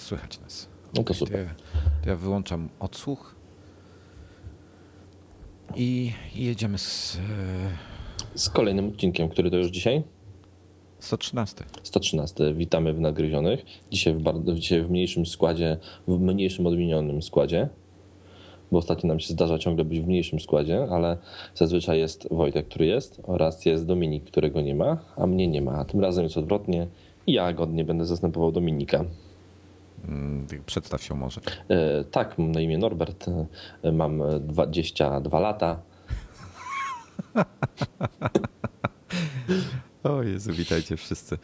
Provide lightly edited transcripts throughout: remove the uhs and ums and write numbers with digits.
słychać nas. No to super. To ja wyłączam odsłuch i jedziemy Z kolejnym odcinkiem, który to już dzisiaj? 113. 113. Witamy w Nagryzionych. Dzisiaj w mniejszym składzie, w mniejszym odmienionym składzie, bo ostatnio nam się zdarza ciągle być w mniejszym składzie, ale zazwyczaj jest Wojtek, który jest, oraz jest Dominik, którego nie ma, a mnie nie ma. A tym razem jest odwrotnie i ja godnie będę zastępował Dominika. Przedstaw się może. Tak, mam na imię Norbert, mam 22 lata. O Jezu, witajcie wszyscy.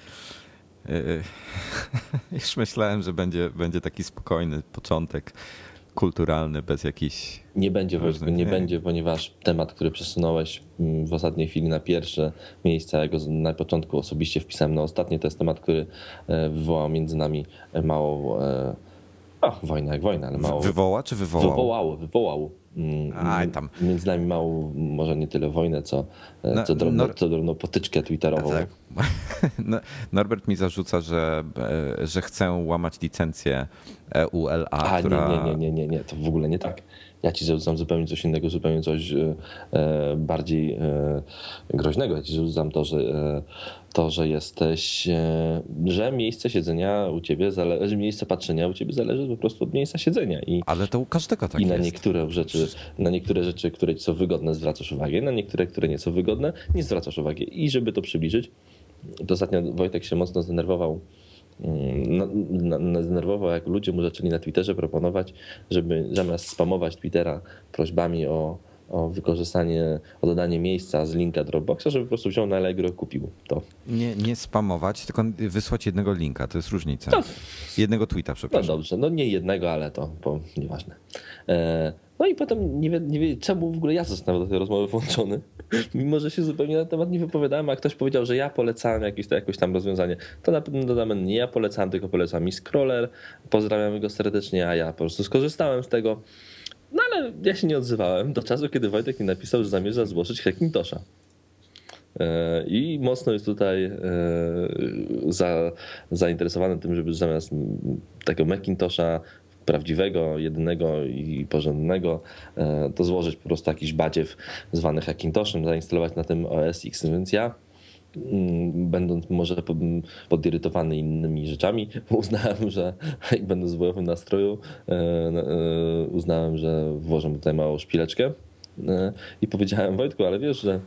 Już myślałem, że będzie taki spokojny początek, kulturalny, bez jakichś... Nie będzie, Wojtku, nie będzie, ponieważ temat, który przesunąłeś w ostatniej chwili na pierwsze miejsce, ja go na początku osobiście wpisałem na ostatnie, to jest temat, który wywołał między nami małą... wojna jak wojna, ale mało... Wywoła czy wywołał? Wywołał. Tam. Między nami małą, może nie tyle wojnę, co drobną potyczkę twitterową. Tak. Norbert mi zarzuca, że chcę łamać licencję EULA, która... Nie, to w ogóle nie tak. Ja ci zarzucam zupełnie coś innego, zupełnie coś bardziej groźnego. Ja ci zarzucam to, że jesteś, że miejsce siedzenia u ciebie zależy, miejsce patrzenia u ciebie zależy po prostu od miejsca siedzenia. Ale to u każdego tak jest. I na niektóre rzeczy, które ci są wygodne, zwracasz uwagę, na niektóre, które nie są wygodne, nie zwracasz uwagi. I żeby to przybliżyć, to ostatnio Wojtek się mocno zdenerwował, jak ludzie mu zaczęli na Twitterze proponować, żeby zamiast spamować Twittera prośbami o wykorzystanie, o dodanie miejsca z linka Dropboxa, żeby po prostu wziął na Allegro i kupił to. Nie spamować, tylko wysłać jednego linka, to jest różnica. Jednego tweeta, przepraszam. No dobrze, nie jednego, ale to nieważne. No i potem nie wiem czemu w ogóle ja zostałem do tej rozmowy włączony, mimo że się zupełnie na temat nie wypowiadałem, a ktoś powiedział, że ja polecałem jakieś tam rozwiązanie. To na pewno dodamy, nie ja polecałem, tylko polecam mi Scroller, pozdrawiamy go serdecznie, a ja po prostu skorzystałem z tego. No ale ja się nie odzywałem do czasu, kiedy Wojtek mi napisał, że zamierza zgłosić Hackintosha. I mocno jest tutaj zainteresowany tym, żeby zamiast takiego Macintosha prawdziwego, jedynego i porządnego, to złożyć po prostu jakiś badziew zwany Hackintoshem, zainstalować na tym OS X, więc ja, będąc może podirytowany innymi rzeczami, uznałem, że będąc w bojowym nastroju, uznałem, że włożę tutaj małą szpileczkę i powiedziałem: Wojtku, ale wiesz, że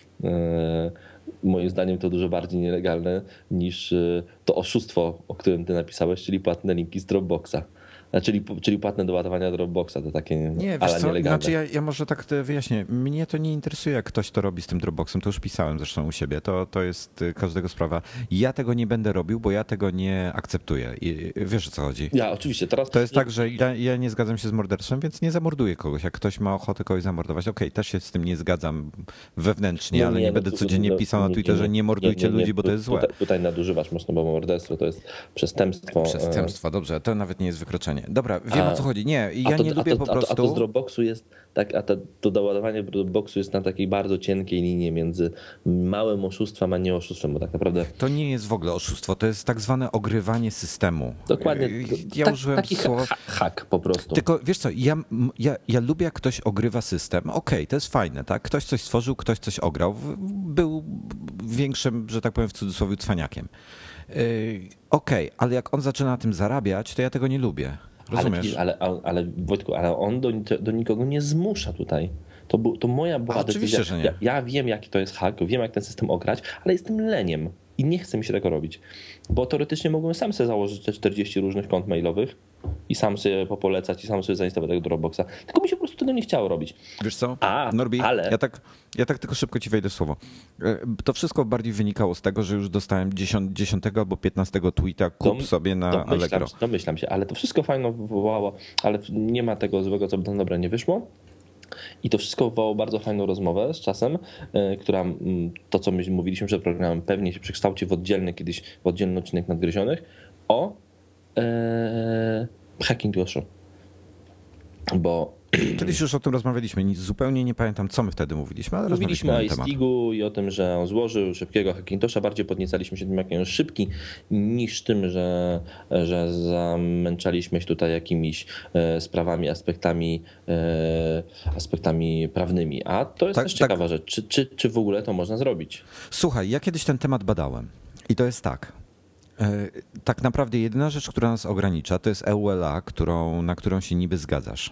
moim zdaniem to dużo bardziej nielegalne niż to oszustwo, o którym ty napisałeś, czyli płatne linki z Dropboxa. Czyli płatne do ładowania Dropboxa, to takie nielegalne. Znaczy ja może tak wyjaśnię. Mnie to nie interesuje, jak ktoś to robi z tym Dropboxem. To już pisałem zresztą u siebie. To jest każdego sprawa. Ja tego nie będę robił, bo ja tego nie akceptuję. I wiesz, o co chodzi? Ja oczywiście. Teraz to jest tak, że ja nie zgadzam się z morderstwem, więc nie zamorduję kogoś. Jak ktoś ma ochotę kogoś zamordować, okej, też się z tym nie zgadzam wewnętrznie, ale nie będę codziennie pisał na Twitterze: nie mordujcie ludzi, bo to jest złe. Tutaj nadużywasz mocno, bo morderstwo to jest przestępstwo. Przestępstwo, dobrze. To nawet nie jest wykroczenie. Dobra, wiem, o co chodzi. Nie, ja nie lubię po prostu... A to z Dropboxu jest, tak, to doładowanie Dropboxu jest na takiej bardzo cienkiej linii między małym oszustwem a nie oszustwem, bo tak naprawdę... To nie jest w ogóle oszustwo, to jest tak zwane ogrywanie systemu. Dokładnie. Ja użyłem taki hack po prostu. Tylko wiesz co, ja lubię, jak ktoś ogrywa system. Okej, to jest fajne, tak? Ktoś coś stworzył, ktoś coś ograł. Był większym, że tak powiem w cudzysłowie, cwaniakiem. Okej, ale jak on zaczyna na tym zarabiać, to ja tego nie lubię. Rozumiesz? Ale Wojtku, ale on do nikogo nie zmusza tutaj. To moja była decyzja. Oczywiście, że nie. Ja wiem, jaki to jest hack, wiem, jak ten system ograć, ale jestem leniem i nie chce mi się tego robić. Bo teoretycznie mogłem sam sobie założyć te 40 różnych kont mailowych i sam sobie popolecać i sam sobie zainstalować tego Dropboxa. Tylko mi się po prostu tego nie chciało robić. Wiesz co, Norbi, ja tak tylko szybko ci wejdę w słowo. To wszystko bardziej wynikało z tego, że już dostałem 10 albo 15 tweeta, kup sobie na Allegro. Domyślam się, ale to wszystko fajno wywołało, ale nie ma tego złego, co by tam dobra nie wyszło. I to wszystko wywołało bardzo fajną rozmowę z czasem, która, to co my mówiliśmy przed programem, pewnie się przekształci w oddzielny odcinek Nadgryzionych o Hackintoshu. Bo Kiedyś już o tym rozmawialiśmy, zupełnie nie pamiętam, co my wtedy mówiliśmy, ale Mówiliśmy o rozmawialiśmy na ten temat. iStigu i o tym, że on złożył szybkiego Hackintosha. Bardziej podniecaliśmy się tym, jaki on jest szybki, niż tym, że zamęczaliśmy się tutaj jakimiś sprawami, aspektami prawnymi. A to jest też ciekawa rzecz. Czy w ogóle to można zrobić? Słuchaj, ja kiedyś ten temat badałem i to jest tak. Tak naprawdę jedyna rzecz, która nas ogranicza, to jest EULA, na którą się niby zgadzasz.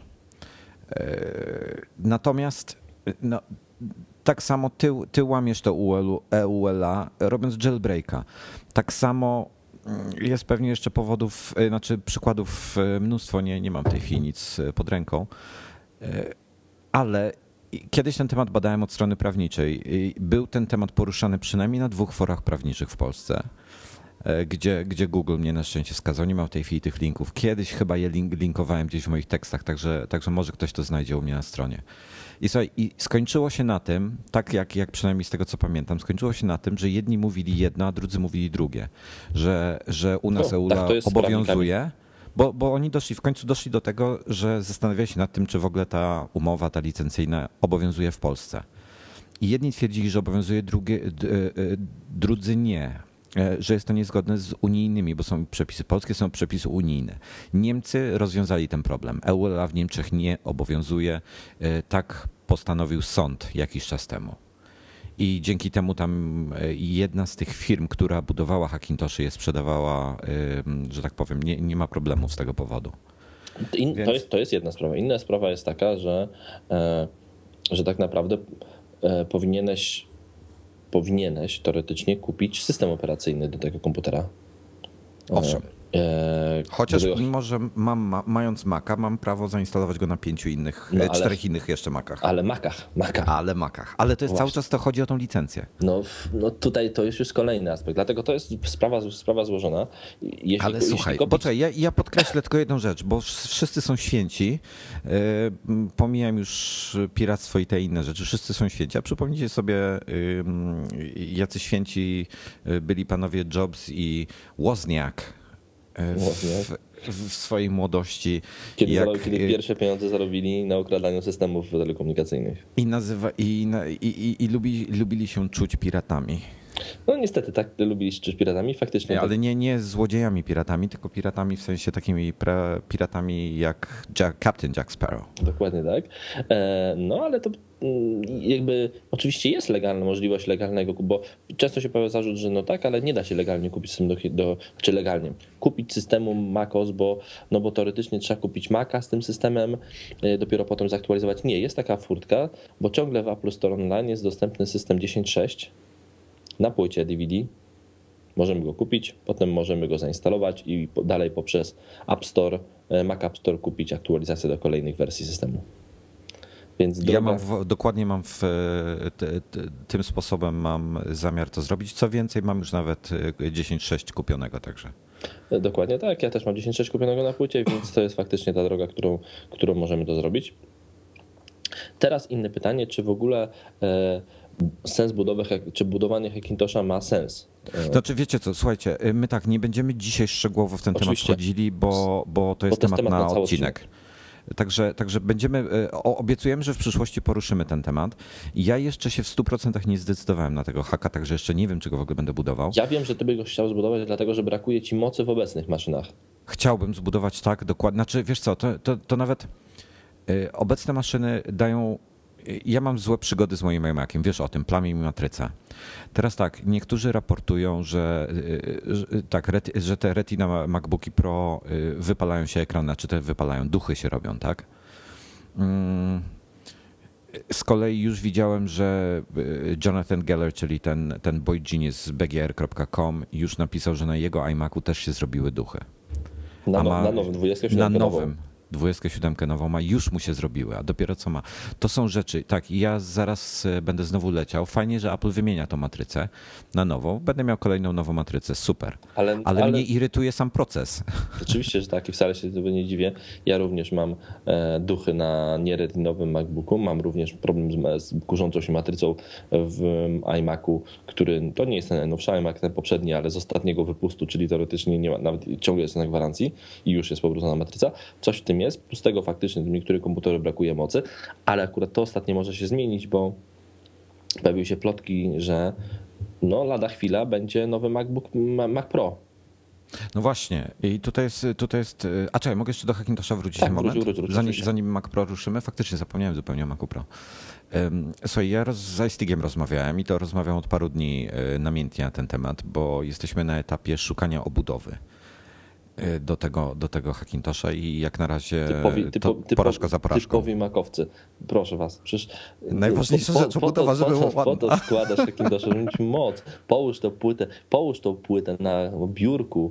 Natomiast no, tak samo ty łamiesz to EULA robiąc jailbreaka. Tak samo jest pewnie jeszcze przykładów mnóstwo, nie mam w tej chwili nic pod ręką, ale kiedyś ten temat badałem od strony prawniczej. Był ten temat poruszany przynajmniej na 2 forach prawniczych w Polsce, gdzie Google mnie na szczęście skazał. Nie mam w tej chwili tych linków. Kiedyś chyba je linkowałem gdzieś w moich tekstach, także może ktoś to znajdzie u mnie na stronie. I słuchaj, skończyło się na tym, tak jak przynajmniej z tego co pamiętam, skończyło się na tym, że jedni mówili jedno, a drudzy mówili drugie. Że u nas EULA obowiązuje, bo oni w końcu doszli do tego, że zastanawiali się nad tym, czy w ogóle ta umowa, ta licencyjna obowiązuje w Polsce. I jedni twierdzili, że obowiązuje, drudzy nie, że jest to niezgodne z unijnymi, bo są przepisy polskie, są przepisy unijne. Niemcy rozwiązali ten problem. EULA w Niemczech nie obowiązuje. Tak postanowił sąd jakiś czas temu. I dzięki temu tam jedna z tych firm, która budowała Hackintoshy, je sprzedawała, że tak powiem, nie ma problemów z tego powodu. To jest jedna sprawa. Inna sprawa jest taka, że tak naprawdę powinieneś teoretycznie kupić system operacyjny do tego komputera. Owszem. Chociaż mimo, że mając Maca, mam prawo zainstalować go na 5 innych, 4 innych jeszcze Macach. Ale Macach. Ale to jest cały czas, to chodzi o tą licencję. No tutaj to jest już kolejny aspekt, dlatego to jest sprawa złożona. Ale słuchaj, poczekaj, ja podkreślę tylko jedną rzecz, bo wszyscy są święci, pomijam już piractwo i te inne rzeczy, wszyscy są święci, a przypomnijcie sobie, jacy święci byli panowie Jobs i Wozniak w swojej młodości. Kiedy pierwsze pieniądze zarobili na okradaniu systemów telekomunikacyjnych. I lubili się czuć piratami. No niestety, tak lubili się czuć piratami, faktycznie. Ale nie złodziejami piratami, tylko piratami w sensie takimi piratami jak Captain Jack Sparrow. Dokładnie tak. No ale to jakby oczywiście jest legalna możliwość legalnego, bo często się pojawia zarzut, że no tak, ale nie da się legalnie kupić systemu czy legalnie kupić systemu macOS, bo teoretycznie trzeba kupić Maca z tym systemem, dopiero potem zaktualizować. Nie, jest taka furtka, bo ciągle w Apple Store Online jest dostępny system 10.6 na płycie DVD. Możemy go kupić, potem możemy go zainstalować i dalej poprzez App Store, Mac App Store kupić aktualizację do kolejnych wersji systemu. Więc dokładnie mam tym sposobem mam zamiar to zrobić. Co więcej, mam już nawet 10.6 kupionego także. Dokładnie tak, ja też mam 10.6 kupionego na płycie, więc to jest faktycznie ta droga, którą możemy to zrobić. Teraz inne pytanie, czy w ogóle sens czy budowanie Hackintosha ma sens? Znaczy wiecie co, słuchajcie, my tak nie będziemy dzisiaj szczegółowo w ten temat wchodzili, bo to jest temat na odcinek. Także obiecujemy, że w przyszłości poruszymy ten temat. Ja jeszcze się w 100% nie zdecydowałem na tego haka, także jeszcze nie wiem, czy go w ogóle będę budował. Ja wiem, że ty byś go chciał zbudować, dlatego że brakuje ci mocy w obecnych maszynach. Chciałbym zbudować tak, dokładnie. Znaczy wiesz co, to nawet obecne maszyny dają... Ja mam złe przygody z moim iMaciem, wiesz o tym, plamię mi matrycę. Teraz tak, niektórzy raportują, że te Retina MacBooki Pro wypalają się ekran, znaczy te wypalają, duchy się robią, tak? Z kolei już widziałem, że Jonathan Geller, czyli ten boy genius z bgr.com już napisał, że na jego iMacu też się zrobiły duchy. Na nowym 27 na nowym. 27 nową ma, już mu się zrobiły, a dopiero co ma. To są rzeczy, tak, ja zaraz będę znowu leciał. Fajnie, że Apple wymienia tą matrycę na nową. Będę miał kolejną nową matrycę, super. Ale mnie irytuje sam proces. Oczywiście, że tak i wcale się tego nie dziwię. Ja również mam duchy na nieretinowym MacBooku. Mam również problem z kurzącą się matrycą w iMacu, który to nie jest ten najnowszy iMac, ten poprzedni, ale z ostatniego wypustu, czyli teoretycznie nie ma, nawet ciągle jest na gwarancji i już jest pobrudzona matryca. Coś w tym jest. Plus tego faktycznie do niektórych komputerów brakuje mocy, ale akurat to ostatnie może się zmienić, bo pojawiły się plotki, że no lada chwila będzie nowy Mac Pro. No właśnie, i tutaj jest. A czekaj, mogę jeszcze do Hackintosha wrócić Tak, na moment? wróć, Zanim Mac Pro ruszymy, faktycznie zapomniałem zupełnie o Macu Pro. Słuchaj, ja z iStigiem rozmawiałem i to rozmawiam od paru dni namiętnie na ten temat, bo jesteśmy na etapie szukania obudowy do tego Hackintosha i jak na razie porażka za porażką. Typowi makowcy. Proszę was, przecież najważniejsza rzecz obudowa, żeby było ładna. Po to składasz Hackintosha, żeby mieć moc. Połóż tą płytę na biurku,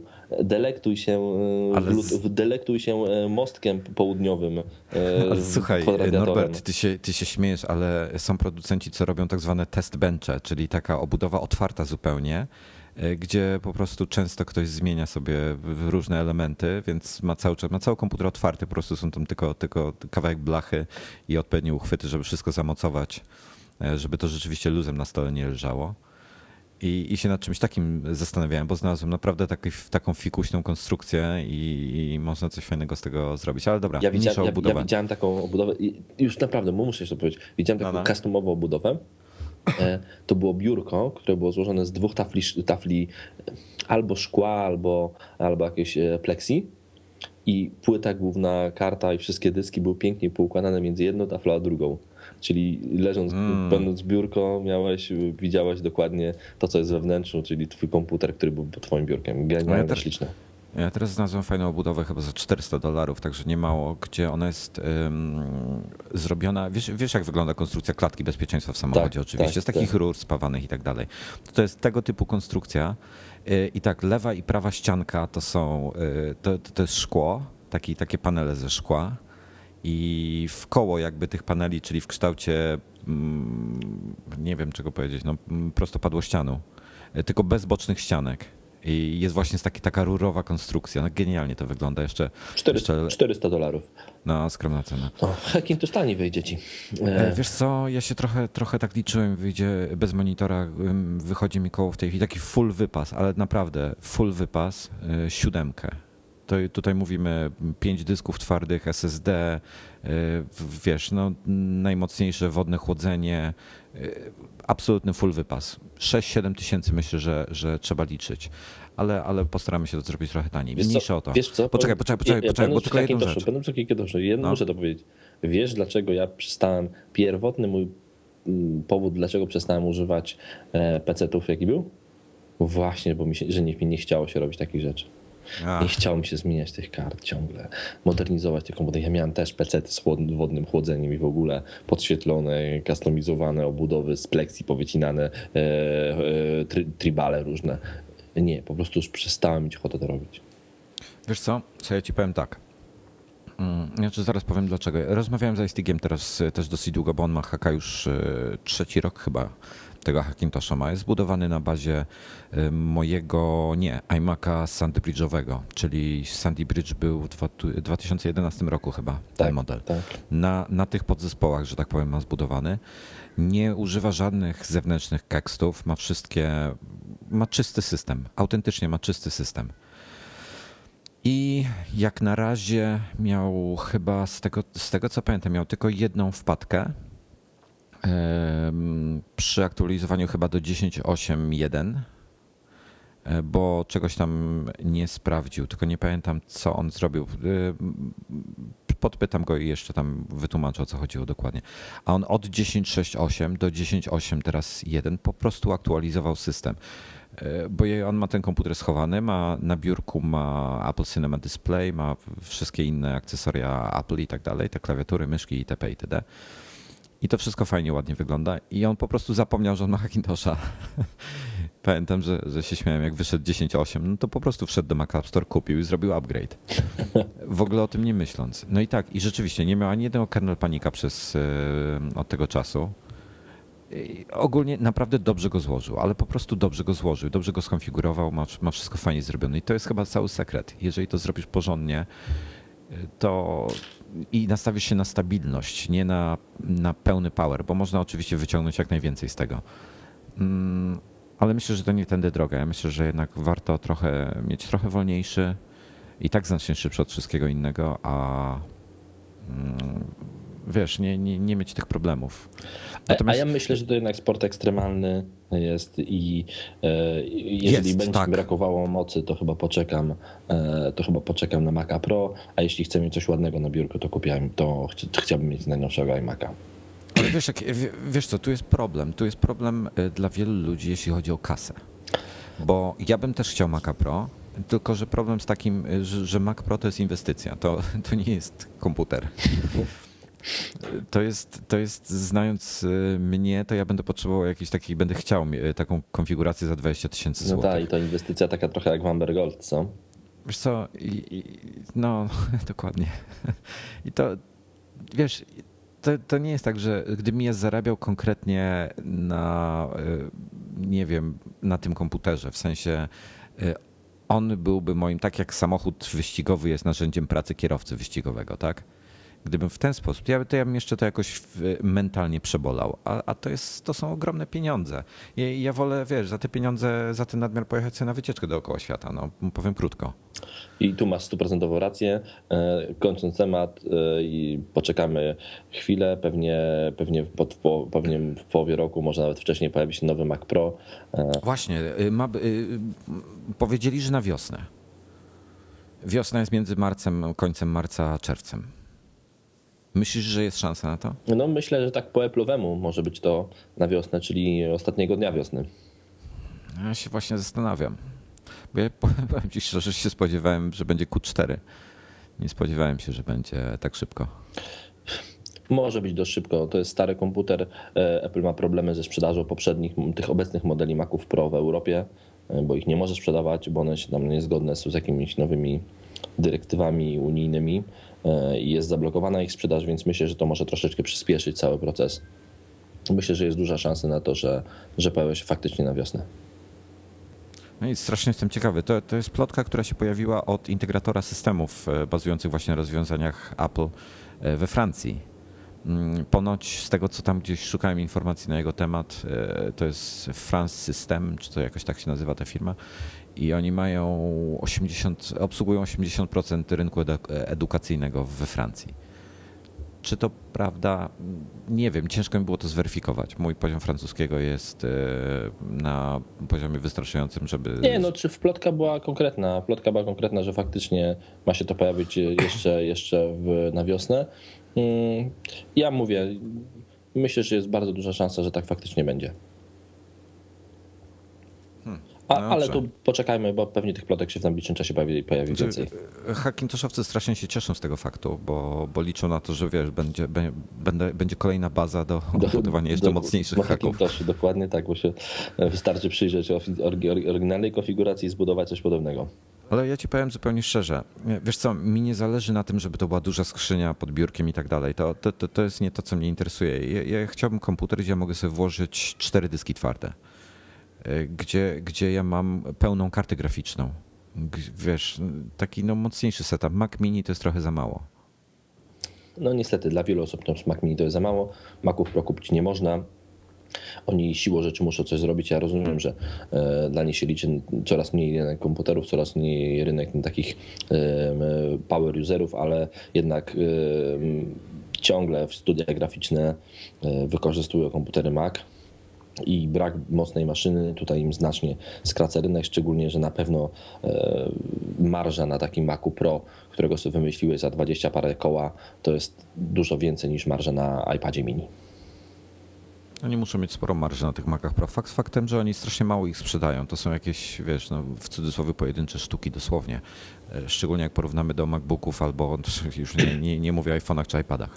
delektuj się mostkiem południowym. Ale słuchaj, Norbert, ty się śmiejesz, ale są producenci, co robią tak zwane test benche, czyli taka obudowa otwarta zupełnie, gdzie po prostu często ktoś zmienia sobie różne elementy, więc ma cały komputer otwarty, po prostu są tam tylko kawałek blachy i odpowiednie uchwyty, żeby wszystko zamocować, żeby to rzeczywiście luzem na stole nie leżało. I się nad czymś takim zastanawiałem, bo znalazłem naprawdę taką fikuśną konstrukcję i można coś fajnego z tego zrobić. Ale dobra, ja widziałem taką obudowę i już naprawdę, muszę jeszcze powiedzieć, widziałem taką customową obudowę. To było biurko, które było złożone z 2 tafli albo szkła, albo jakieś plexi i płyta główna, karta i wszystkie dyski były pięknie poukładane między jedną taflą a drugą. Czyli leżąc, będąc biurko, widziałeś dokładnie to, co jest we wnętrzu, czyli twój komputer, który był pod twoim biurkiem. Genialne, śliczne. Ja teraz znalazłem fajną obudowę chyba za $400, także nie mało, gdzie ona jest zrobiona. Wiesz, jak wygląda konstrukcja klatki bezpieczeństwa w samochodzie, oczywiście, z takich rur spawanych i tak dalej. To jest tego typu konstrukcja. I tak lewa i prawa ścianka to jest szkło, takie panele ze szkła. I w koło jakby tych paneli, czyli w kształcie, nie wiem czego powiedzieć, no prostopadłościanu, tylko bez bocznych ścianek. I jest właśnie taka rurowa konstrukcja. No genialnie to wygląda jeszcze. $400. No, skromna cena. Hackintosh taniej wyjdzie ci. Wiesz co, ja się trochę tak liczyłem, wyjdzie bez monitora, wychodzi mi koło w tej chwili taki full wypas, ale naprawdę full wypas, 7. Tutaj mówimy 5 dysków twardych, SSD, wiesz, no najmocniejsze wodne chłodzenie, absolutny full wypas. 6-7 tysięcy myślę, że trzeba liczyć, ale postaramy się to zrobić trochę taniej. Mniejsze o to. Wiesz co? Poczekaj, bo tylko jedną rzecz. Muszę to powiedzieć. Wiesz, dlaczego ja przestałem, pierwotny mój powód, dlaczego przestałem używać PC-ów, jaki był? Właśnie, bo mi nie chciało się robić takich rzeczy. Nie chciało mi się zmieniać tych kart ciągle, modernizować tych komputerów. Ja miałem też PC-ty z wodnym chłodzeniem i w ogóle podświetlone, customizowane obudowy z plexi powycinane, tribale różne. Nie, po prostu już przestałem mieć ochotę to robić. Wiesz co ja ci powiem tak. Znaczy zaraz powiem dlaczego. Rozmawiałem z iStigiem teraz też dosyć długo, bo on ma haka już 3. rok chyba tego Hackintosha ma. Jest zbudowany na bazie mojego, iMac'a Sandy Bridge'owego, czyli Sandy Bridge był w 2011 roku chyba ten model. Tak. Na tych podzespołach, że tak powiem, ma zbudowany. Nie używa żadnych zewnętrznych tekstów, ma czysty system, autentycznie ma czysty system. I jak na razie miał chyba, z tego co pamiętam, miał tylko jedną wpadkę przy aktualizowaniu chyba do 10.8.1, bo czegoś tam nie sprawdził, tylko nie pamiętam co on zrobił. Podpytam go i jeszcze tam wytłumaczę o co chodziło dokładnie. A on od 10.6.8 do 10.8 teraz 1 po prostu aktualizował system. Bo on ma ten komputer schowany, na biurku ma Apple Cinema Display, ma wszystkie inne akcesoria Apple i tak dalej, te klawiatury, myszki itp. itd. I to wszystko fajnie, ładnie wygląda. I on po prostu zapomniał, że on ma Hackintosha. Pamiętam, że się śmiałem, jak wyszedł 10.8, no to po prostu wszedł do Mac App Store, kupił i zrobił upgrade. W ogóle o tym nie myśląc. No i tak, i rzeczywiście nie miał ani jednego kernel panika od tego czasu. I ogólnie naprawdę dobrze go złożył, ale po prostu dobrze go złożył, dobrze go skonfigurował, ma wszystko fajnie zrobione. I to jest chyba cały sekret. Jeżeli to zrobisz porządnie, to i nastawisz się na stabilność, nie na pełny power, bo można oczywiście wyciągnąć jak najwięcej z tego. Ale myślę, że to nie tędy droga. Ja myślę, że jednak warto mieć trochę wolniejszy i tak znacznie szybszy od wszystkiego innego, wiesz, nie mieć tych problemów. A ja myślę, że to jednak sport ekstremalny jest i jeżeli będzie mi brakowało mocy, to chyba poczekam na Maca Pro, a jeśli chcę mieć coś ładnego na biurko, to chciałbym mieć najnowszego iMac'a. Ale wiesz co, tu jest problem. Tu jest problem dla wielu ludzi, jeśli chodzi o kasę. Bo ja bym też chciał Maca Pro, tylko że problem z takim, że Mac Pro to jest inwestycja, to nie jest komputer. To jest, znając mnie, to ja będę potrzebował jakiejś takiej, będę chciał taką konfigurację za 20 000 złotych. No tak, i to inwestycja taka trochę jak w Amber Gold, co? Wiesz co, no dokładnie. I to, wiesz, to nie jest tak, że gdybym ja zarabiał konkretnie na, nie wiem, na tym komputerze, w sensie on byłby moim, tak jak samochód wyścigowy jest narzędziem pracy kierowcy wyścigowego, tak? Gdybym w ten sposób, to ja bym jeszcze to jakoś mentalnie przebolał, a to są ogromne pieniądze. Ja wolę, wiesz, za te pieniądze, za ten nadmiar pojechać sobie na wycieczkę dookoła świata, no powiem krótko. I tu masz 100% rację. Kończąc temat, i poczekamy chwilę, pewnie w połowie roku, może nawet wcześniej pojawi się nowy Mac Pro. Właśnie, powiedzieli, że na wiosnę. Wiosna jest między końcem marca a czerwcem. Myślisz, że jest szansa na to? No myślę, że tak po Apple'owemu może być to na wiosnę, czyli ostatniego dnia wiosny. Ja się właśnie zastanawiam. Bo ja powiem ci szczerze, że się spodziewałem, że będzie Q4. Nie spodziewałem się, że będzie tak szybko. Może być dość szybko. To jest stary komputer. Apple ma problemy ze sprzedażą tych obecnych modeli Maców Pro w Europie, bo ich nie może sprzedawać, bo one się tam niezgodne są z jakimiś nowymi dyrektywami unijnymi i jest zablokowana ich sprzedaż, więc myślę, że to może troszeczkę przyspieszyć cały proces. Myślę, że jest duża szansa na to, że pojawia się faktycznie na wiosnę. No i strasznie jestem ciekawy. To jest plotka, która się pojawiła od integratora systemów bazujących właśnie na rozwiązaniach Apple we Francji. Ponoć z tego, co tam gdzieś szukałem informacji na jego temat, to jest France System, czy to jakoś tak się nazywa ta firma, i oni obsługują 80% rynku edukacyjnego we Francji. Czy to prawda? Nie wiem, ciężko mi było to zweryfikować. Mój poziom francuskiego jest na poziomie wystarczającym, żeby... Nie, no czy plotka była konkretna? Plotka była konkretna, że faktycznie ma się to pojawić jeszcze na wiosnę. Ja mówię, myślę, że jest bardzo duża szansa, że tak faktycznie będzie. Ale tu poczekajmy, bo pewnie tych plotek się w najbliższym czasie pojawi więcej. Hackintoshowcy strasznie się cieszą z tego faktu, bo liczą na to, że wiesz, będzie kolejna baza do budowania jeszcze mocniejszych hacków. Dokładnie tak, bo się wystarczy przyjrzeć oryginalnej konfiguracji i zbudować coś podobnego. Ale ja ci powiem zupełnie szczerze, wiesz co, mi nie zależy na tym, żeby to była duża skrzynia pod biurkiem i tak dalej. To jest nie to, co mnie interesuje. Ja chciałbym komputer, gdzie mogę sobie włożyć 4 dyski twarde. Gdzie ja mam pełną kartę graficzną. Wiesz, taki mocniejszy setup. Mac Mini to jest trochę za mało. No niestety, dla wielu osób Mac Mini to jest za mało. Maców Pro kupić nie można. Oni siłą rzeczy muszą coś zrobić. Ja rozumiem, że dla nich się liczy coraz mniej rynek komputerów, coraz mniej rynek takich power userów, ale jednak ciągle w studia graficzne wykorzystują komputery Mac. I brak mocnej maszyny tutaj im znacznie skraca rynek, szczególnie, że na pewno marża na takim Macu Pro, którego sobie wymyśliłeś za 20 parę koła, to jest dużo więcej niż marża na iPadzie mini. Oni muszą mieć sporo marży na tych Macach Pro. Fakt faktem, że oni strasznie mało ich sprzedają. To są jakieś, wiesz, w cudzysłowie pojedyncze sztuki dosłownie. Szczególnie jak porównamy do MacBooków albo już nie mówię o iPhone'ach czy iPadach.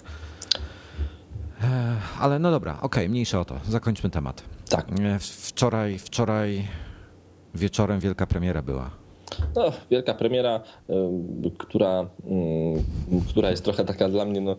Ale no dobra, okej, mniejsza o to. Zakończmy temat. Tak. Wczoraj wieczorem wielka premiera była. No, wielka premiera, która jest trochę taka dla mnie,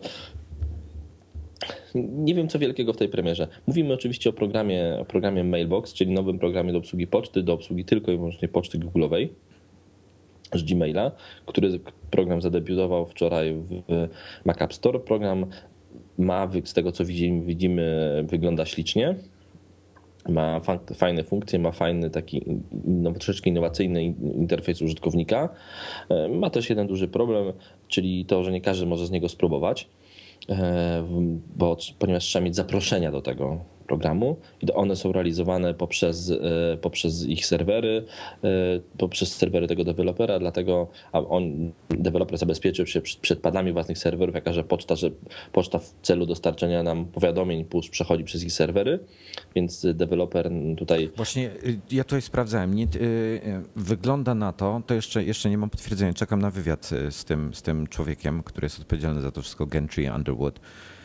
nie wiem co wielkiego w tej premierze. Mówimy oczywiście o programie Mailbox, czyli nowym programie do obsługi poczty, do obsługi tylko i wyłącznie poczty Google'owej z Gmaila, który program zadebiutował wczoraj w Mac App Store. Program z tego co widzimy, wygląda ślicznie. Ma fajne funkcje, ma fajny taki troszeczkę innowacyjny interfejs użytkownika. Ma też jeden duży problem, czyli to, że nie każdy może z niego spróbować. ponieważ trzeba mieć zaproszenia do tego programu i one są realizowane poprzez ich serwery, poprzez serwery tego dewelopera, dlatego deweloper zabezpieczył się przed padami własnych serwerów, jaka że poczta w celu dostarczenia nam powiadomień push przechodzi przez ich serwery, więc deweloper tutaj... Właśnie ja tutaj sprawdzałem, wygląda na to jeszcze nie mam potwierdzenia, czekam na wywiad z tym człowiekiem, który jest odpowiedzialny za to wszystko, Gentry Underwood.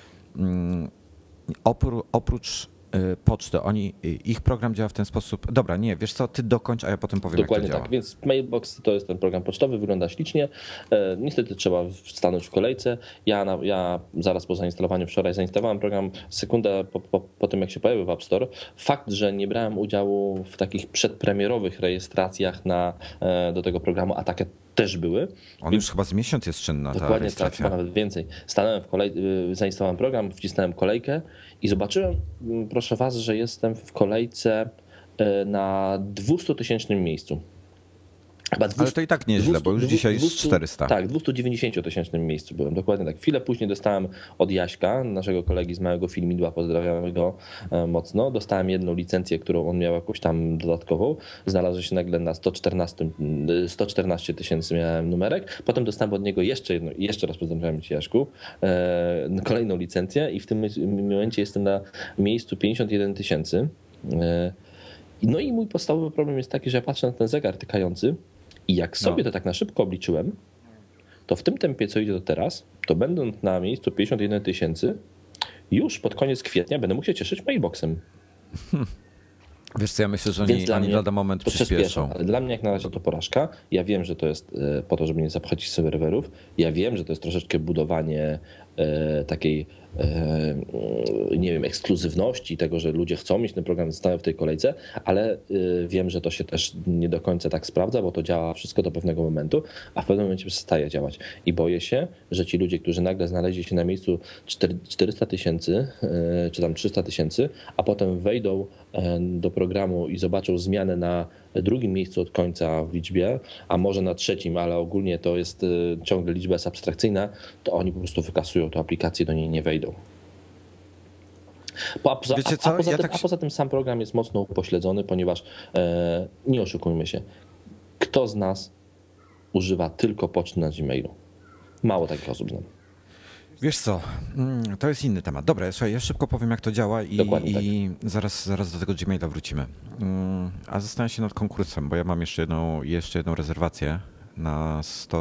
Oprócz poczty, ich program działa w ten sposób. Dobra, nie, wiesz co, ty dokończ, a ja potem powiem, Dokładnie jak to tak, działa. więc Mailbox to jest ten program pocztowy, wygląda ślicznie. Niestety trzeba stanąć w kolejce. Ja zaraz po zainstalowaniu wczoraj zainstalowałem program, sekundę po tym, jak się pojawił w App Store. Fakt, że nie brałem udziału w takich przedpremierowych rejestracjach do tego programu, a takie też były. On już chyba z miesiąc jest czynna, ta Dokładnie tak, rejestracja. chyba nawet więcej. Stanąłem w kolejce, zainstalowałem program, wcisnąłem kolejkę i zobaczyłem, proszę was, że jestem w kolejce na 200-tysięcznym miejscu. Ale to i tak nieźle, bo już dzisiaj jest 400. Tak, 290-tysięcznym miejscu byłem, dokładnie tak. Chwilę później dostałem od Jaśka, naszego kolegi z małego filmidła, pozdrawiamy go mocno, dostałem jedną licencję, którą on miał jakąś tam dodatkową, znalazło się nagle na 114 tysięcy miałem numerek, potem dostałem od niego jeszcze raz pozdrawiam cię Jaszku, kolejną licencję i w tym momencie jestem na miejscu 51 tysięcy. No i mój podstawowy problem jest taki, że ja patrzę na ten zegar tykający i jak sobie to tak na szybko obliczyłem, to w tym tempie, co idzie do teraz, to będąc na miejscu 51 tysięcy, już pod koniec kwietnia będę mógł się cieszyć Mailboxem. Wiesz co, ja myślę, że oni lada moment przyspieszą. Ale dla mnie jak na razie to porażka. Ja wiem, że to jest po to, żeby nie zapchać serwerów. Ja wiem, że to jest troszeczkę budowanie takiej, nie wiem, ekskluzywności, tego, że ludzie chcą mieć ten program, stają w tej kolejce, ale wiem, że to się też nie do końca tak sprawdza, bo to działa wszystko do pewnego momentu, a w pewnym momencie przestaje działać. I boję się, że ci ludzie, którzy nagle znaleźli się na miejscu 400 tysięcy, czy tam 300 tysięcy, a potem wejdą do programu i zobaczą zmianę na drugim miejscu od końca w liczbie, a może na trzecim, ale ogólnie to jest ciągle liczba jest abstrakcyjna, to oni po prostu wykasują tę aplikację, do niej nie wejdą. Poza tym sam program jest mocno upośledzony, ponieważ nie oszukujmy się, kto z nas używa tylko poczty na Gmailu? Mało takich osób znam. Wiesz co, to jest inny temat. Dobra, słuchaj, ja szybko powiem, jak to działa i zaraz do tego Gmaila wrócimy. A zastanawiam się nad konkursem, bo ja mam jeszcze jedną rezerwację na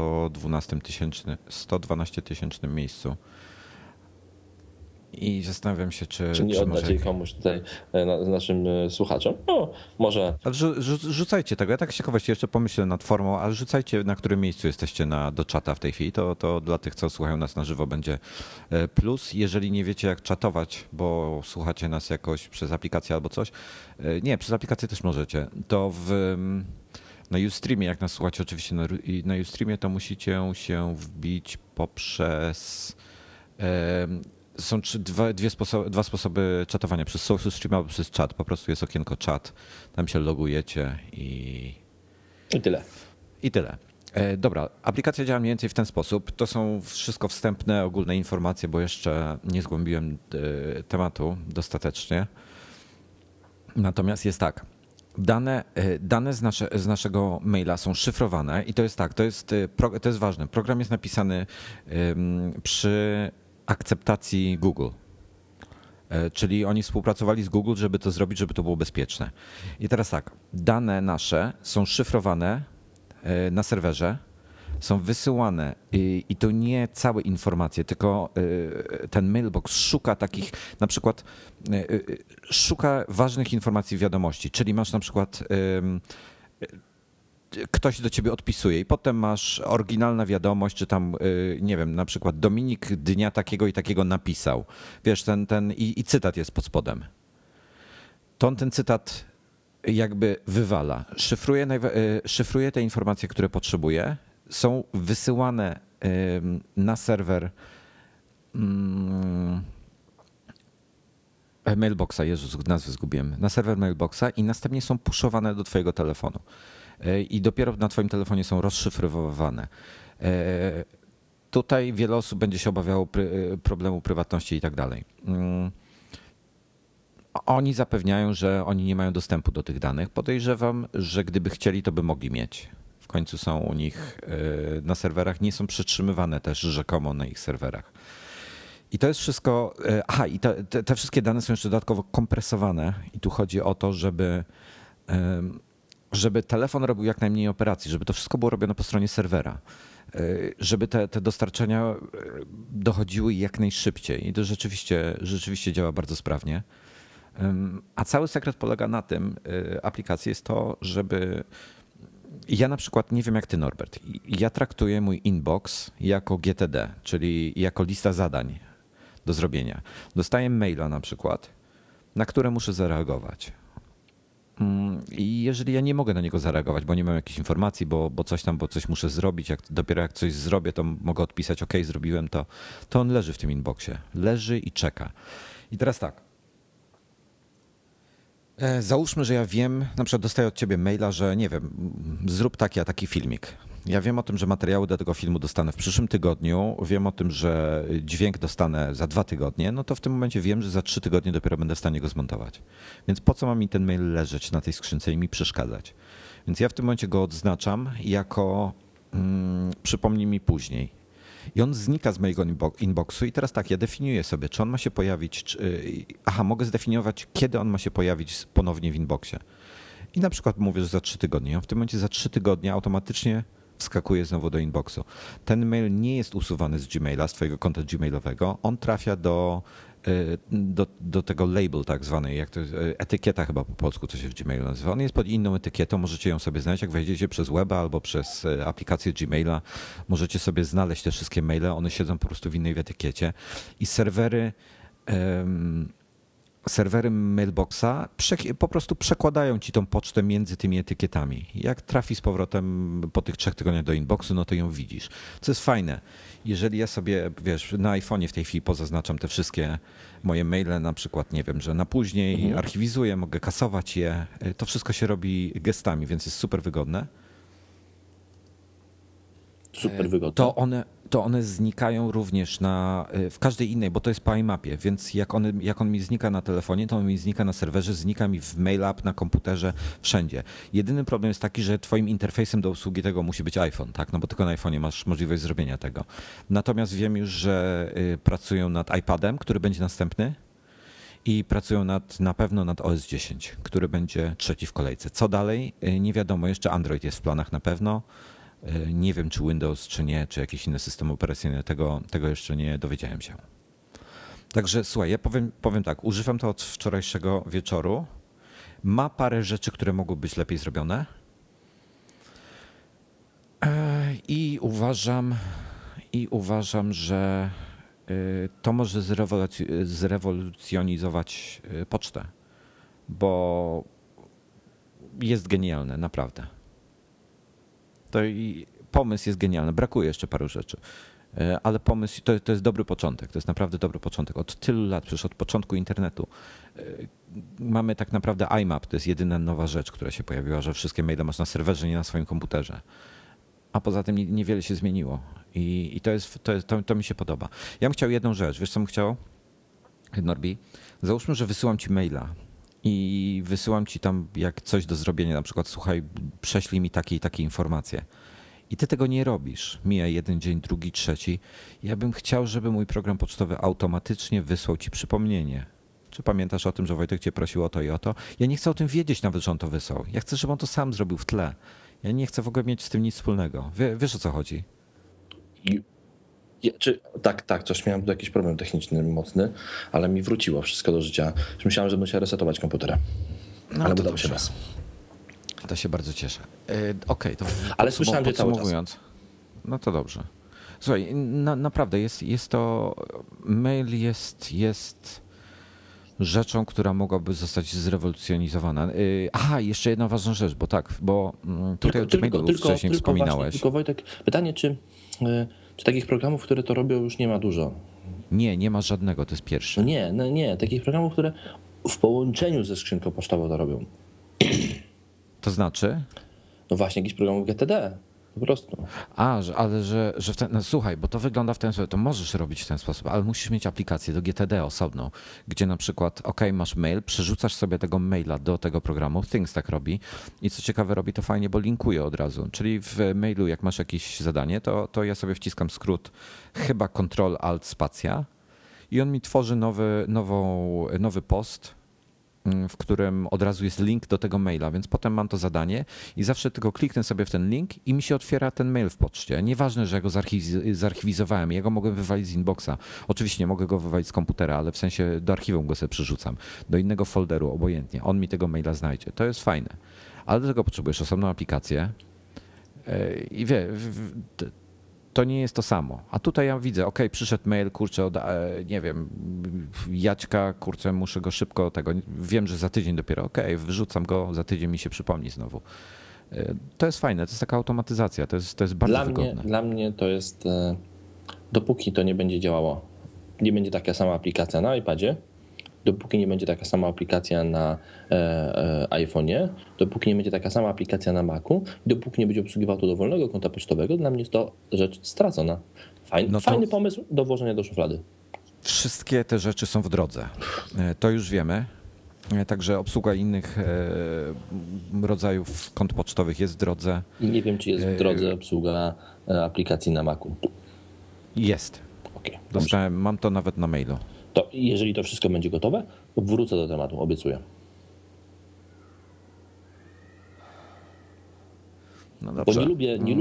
112 tysięcznym miejscu. I zastanawiam się, czy nie oddać jej komuś tutaj, naszym słuchaczom? No, może. Ale rzucajcie tego. Ja tak z ciekawości jeszcze pomyślę nad formą, ale rzucajcie, na którym miejscu jesteście do czata w tej chwili. To dla tych, co słuchają nas na żywo, będzie plus. Jeżeli nie wiecie, jak czatować, bo słuchacie nas jakoś przez aplikację albo coś. Nie, przez aplikację też możecie. To na Ustreamie, jak nas słuchacie oczywiście na Ustreamie, to musicie się wbić poprzez... Są dwa sposoby czatowania, przez social stream albo przez czat. Po prostu jest okienko czat, tam się logujecie i tyle. I tyle. Dobra, aplikacja działa mniej więcej w ten sposób. To są wszystko wstępne, ogólne informacje, bo jeszcze nie zgłębiłem tematu dostatecznie. Natomiast jest tak. Dane z naszego maila są szyfrowane i to jest tak, to jest ważne. Program jest napisany przy akceptacji Google. Czyli oni współpracowali z Google, żeby to zrobić, żeby to było bezpieczne. I teraz tak, dane nasze są szyfrowane na serwerze, są wysyłane i to nie całe informacje, tylko ten mailbox szuka takich, na przykład szuka ważnych informacji w wiadomości, czyli masz na przykład ktoś do ciebie odpisuje i potem masz oryginalna wiadomość, czy tam, nie wiem, na przykład Dominik dnia takiego i takiego napisał. Wiesz, i cytat jest pod spodem. To on ten cytat jakby wywala. Szyfruje te informacje, które potrzebuje. Są wysyłane na serwer mailboxa, Jezus, nazwy zgubiłem, na serwer mailboxa i następnie są puszowane do twojego telefonu. I dopiero na twoim telefonie są rozszyfrowywane. tutaj wiele osób będzie się obawiało problemu prywatności i tak dalej. Oni zapewniają, że oni nie mają dostępu do tych danych. Podejrzewam, że gdyby chcieli, to by mogli mieć. W końcu są u nich na serwerach, nie są przetrzymywane też rzekomo na ich serwerach. I to jest wszystko. Aha, i te wszystkie dane są jeszcze dodatkowo kompresowane. I tu chodzi o to, żeby telefon robił jak najmniej operacji, żeby to wszystko było robione po stronie serwera, żeby te dostarczenia dochodziły jak najszybciej. I to rzeczywiście działa bardzo sprawnie. A cały sekret polega na tym, aplikacji jest to, żeby. Ja na przykład nie wiem jak ty, Norbert. Ja traktuję mój inbox jako GTD, czyli jako lista zadań do zrobienia. Dostaję maila na przykład, na które muszę zareagować. I jeżeli ja nie mogę na niego zareagować, bo nie mam jakichś informacji, bo coś muszę zrobić, dopiero jak coś zrobię, to mogę odpisać, OK, zrobiłem to on leży w tym inboxie. Leży i czeka. I teraz tak. Załóżmy, że ja wiem, na przykład dostaję od ciebie maila, że nie wiem, zrób taki a taki filmik. Ja wiem o tym, że materiały do tego filmu dostanę w przyszłym tygodniu, wiem o tym, że dźwięk dostanę za 2 tygodnie, no to w tym momencie wiem, że za 3 tygodnie dopiero będę w stanie go zmontować. Więc po co ma mi ten mail leżeć na tej skrzynce i mi przeszkadzać? Więc ja w tym momencie go odznaczam jako przypomnij mi później. I on znika z mojego inboxu i teraz tak, ja definiuję sobie, czy on ma się pojawić, mogę zdefiniować, kiedy on ma się pojawić ponownie w inboxie. I na przykład mówię, że za 3 tygodnie. On w tym momencie za 3 tygodnie automatycznie wskakuje znowu do inboxu. Ten mail nie jest usuwany z Gmaila, z twojego konta gmailowego. On trafia do tego label tak zwanej, jak to jest, etykieta chyba po polsku, co się w Gmailu nazywa. On jest pod inną etykietą, możecie ją sobie znaleźć, jak wejdziecie przez weba albo przez aplikację Gmaila, możecie sobie znaleźć te wszystkie maile, one siedzą po prostu w innej etykiecie i serwery mailboxa po prostu przekładają ci tą pocztę między tymi etykietami. Jak trafi z powrotem po tych 3 tygodniach do inboxu, no to ją widzisz. Co jest fajne. Jeżeli ja sobie, wiesz, na iPhone'ie w tej chwili pozaznaczam te wszystkie moje maile, na przykład, nie wiem, że na później archiwizuję, mogę kasować je, to wszystko się robi gestami, więc jest super wygodne. Super wygodne. To one znikają również w każdej innej, bo to jest po iMapie, więc jak on mi znika na telefonie, to on mi znika na serwerze, znika mi w mail app, na komputerze, wszędzie. Jedyny problem jest taki, że twoim interfejsem do obsługi tego musi być iPhone, tak? No bo tylko na iPhone'ie masz możliwość zrobienia tego. Natomiast wiem już, że pracują nad iPadem, który będzie następny i pracują na pewno nad OS 10, który będzie 3 w kolejce. Co dalej? Nie wiadomo, jeszcze Android jest w planach na pewno. Nie wiem, czy Windows, czy nie, czy jakiś inny system operacyjny, tego jeszcze nie dowiedziałem się. Także słuchaj, ja powiem tak, używam to od wczorajszego wieczoru. Ma parę rzeczy, które mogły być lepiej zrobione. I uważam, że to może zrewolucjonizować pocztę, bo jest genialne, naprawdę. Pomysł jest genialny, brakuje jeszcze paru rzeczy, ale pomysł to jest dobry początek, to jest naprawdę dobry początek. Od tylu lat, przecież od początku internetu mamy tak naprawdę iMap, to jest jedyna nowa rzecz, która się pojawiła, że wszystkie maile masz na serwerze, nie na swoim komputerze. A poza tym niewiele się zmieniło i to mi się podoba. Ja bym chciał jedną rzecz, wiesz co bym chciał, Norbi? Załóżmy, że wysyłam ci maila i wysyłam ci tam jak coś do zrobienia, na przykład słuchaj, prześlij mi takie i takie informacje. I ty tego nie robisz. Mija 1 dzień, 2, 3. Ja bym chciał, żeby mój program pocztowy automatycznie wysłał ci przypomnienie. Czy pamiętasz o tym, że Wojtek cię prosił o to i o to? Ja nie chcę o tym wiedzieć nawet, że on to wysłał. Ja chcę, żeby on to sam zrobił w tle. Ja nie chcę w ogóle mieć z tym nic wspólnego. Wiesz o co chodzi? Tak, coś miałem tu jakiś problem techniczny mocny, ale mi wróciło wszystko do życia. Myślałem, że muszę resetować komputer. No, ale udało się raz. To się bardzo cieszę. Okej, to ale słyszałem, że cały czas. No to dobrze. Słuchaj, naprawdę jest to... Mail jest rzeczą, która mogłaby zostać zrewolucjonizowana. Jeszcze jedna ważna rzecz, bo tutaj o Gmailu wcześniej wspominałeś. Tylko Wojtek, pytanie, czy takich programów, które to robią, już nie ma dużo? Nie ma żadnego, to jest pierwszy. Nie, takich programów, które w połączeniu ze skrzynką pocztową to robią. To znaczy? No właśnie, jakichś programów GTD. Po prostu. Ale że w ten, no słuchaj, bo to wygląda w ten sposób, to możesz robić w ten sposób, ale musisz mieć aplikację do GTD osobną, gdzie na przykład, masz mail, przerzucasz sobie tego maila do tego programu, Things tak robi i co ciekawe robi to fajnie, bo linkuje od razu, czyli w mailu jak masz jakieś zadanie, to ja sobie wciskam skrót chyba Ctrl-Alt-Spacja i on mi tworzy nowy post, w którym od razu jest link do tego maila, więc potem mam to zadanie i zawsze tylko kliknę sobie w ten link i mi się otwiera ten mail w poczcie. Nieważne, że ja go zarchiwizowałem, ja go mogę wywalić z inboxa. Oczywiście nie mogę go wywalić z komputera, ale w sensie do archiwum go sobie przerzucam, do innego folderu, obojętnie. On mi tego maila znajdzie. To jest fajne. Ale do tego potrzebujesz osobną aplikację i to nie jest to samo. A tutaj ja widzę, przyszedł mail, kurczę, nie wiem, Jaćka, kurczę, muszę go szybko wiem, że za tydzień dopiero, wyrzucam go, za tydzień mi się przypomni znowu. To jest fajne, to jest taka automatyzacja, to jest bardzo wygodne. Dla mnie to jest, dopóki to nie będzie działało, nie będzie taka sama aplikacja na iPadzie, dopóki nie będzie taka sama aplikacja na iPhone'ie, dopóki nie będzie taka sama aplikacja na Macu, dopóki nie będzie obsługiwał to dowolnego konta pocztowego, dla mnie jest to rzecz stracona. Fajny pomysł do włożenia do szuflady. Wszystkie te rzeczy są w drodze. To już wiemy. Także obsługa innych rodzajów kont pocztowych jest w drodze. I nie wiem, czy jest w drodze obsługa aplikacji na Macu. Jest. Okay, mam to nawet na mailu. To jeżeli to wszystko będzie gotowe, to wrócę do tematu, obiecuję. No dobrze. Bo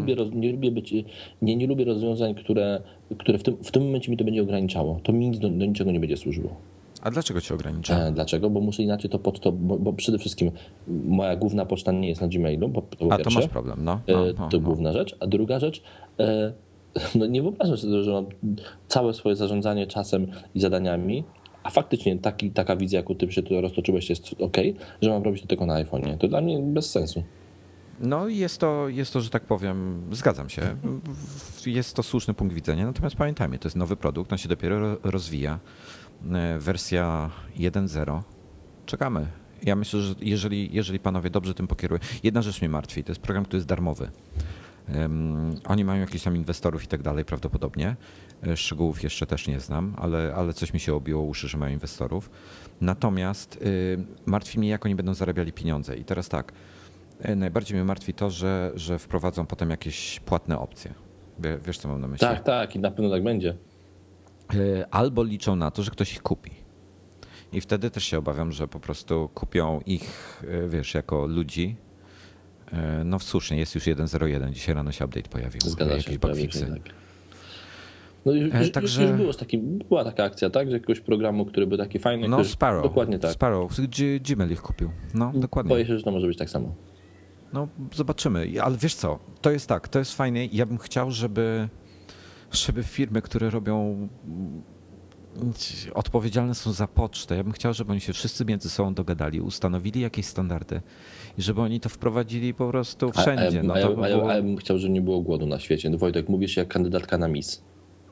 nie lubię rozwiązań, które w tym momencie mi to będzie ograniczało. To mi do niczego nie będzie służyło. A dlaczego cię ogranicza? Dlaczego? Bo muszę inaczej bo przede wszystkim moja główna poczta nie jest na Gmailu. Bo to pierwsze. To masz problem, to główna rzecz. A druga rzecz, no nie wyobrażam sobie, że mam całe swoje zarządzanie czasem i zadaniami, a faktycznie taka wizja, jaką ty się tu roztoczyłeś, jest że mam robić to tylko na iPhone'ie. To dla mnie bez sensu. No jest to, że tak powiem, zgadzam się. Jest to słuszny punkt widzenia, natomiast pamiętajmy, to jest nowy produkt, on się dopiero rozwija. Wersja 1.0. Czekamy. Ja myślę, że jeżeli panowie dobrze tym pokierują. Jedna rzecz mnie martwi, to jest program, który jest darmowy. Oni mają jakichś tam inwestorów i tak dalej prawdopodobnie. Szczegółów jeszcze też nie znam, ale coś mi się obiło uszy, że mają inwestorów. Natomiast martwi mnie, jak oni będą zarabiali pieniądze. I teraz tak, najbardziej mnie martwi to, że wprowadzą potem jakieś płatne opcje. Wiesz, co mam na myśli? Tak, i na pewno tak będzie. Albo liczą na to, że ktoś ich kupi. I wtedy też się obawiam, że po prostu kupią ich, wiesz, jako ludzi. No słusznie, jest już 1.01, dzisiaj rano się update pojawił. Zgadza się, bugfixy. tak. No już była taka akcja, tak? Że jakiegoś programu, który był taki fajny. No Sparrow. Dokładnie tak. Sparrow, Gmail ich kupił. No dokładnie. Boję się, że to może być tak samo. No zobaczymy, ale wiesz co, to jest tak, to jest fajne. Ja bym chciał, żeby firmy, które robią, odpowiedzialne są za pocztę, ja bym chciał, żeby oni się wszyscy między sobą dogadali, ustanowili jakieś standardy i żeby oni to wprowadzili po prostu wszędzie. Ja bym chciał, żeby nie było głodu na świecie. No Wojtek, mówisz jak kandydatka na Miss.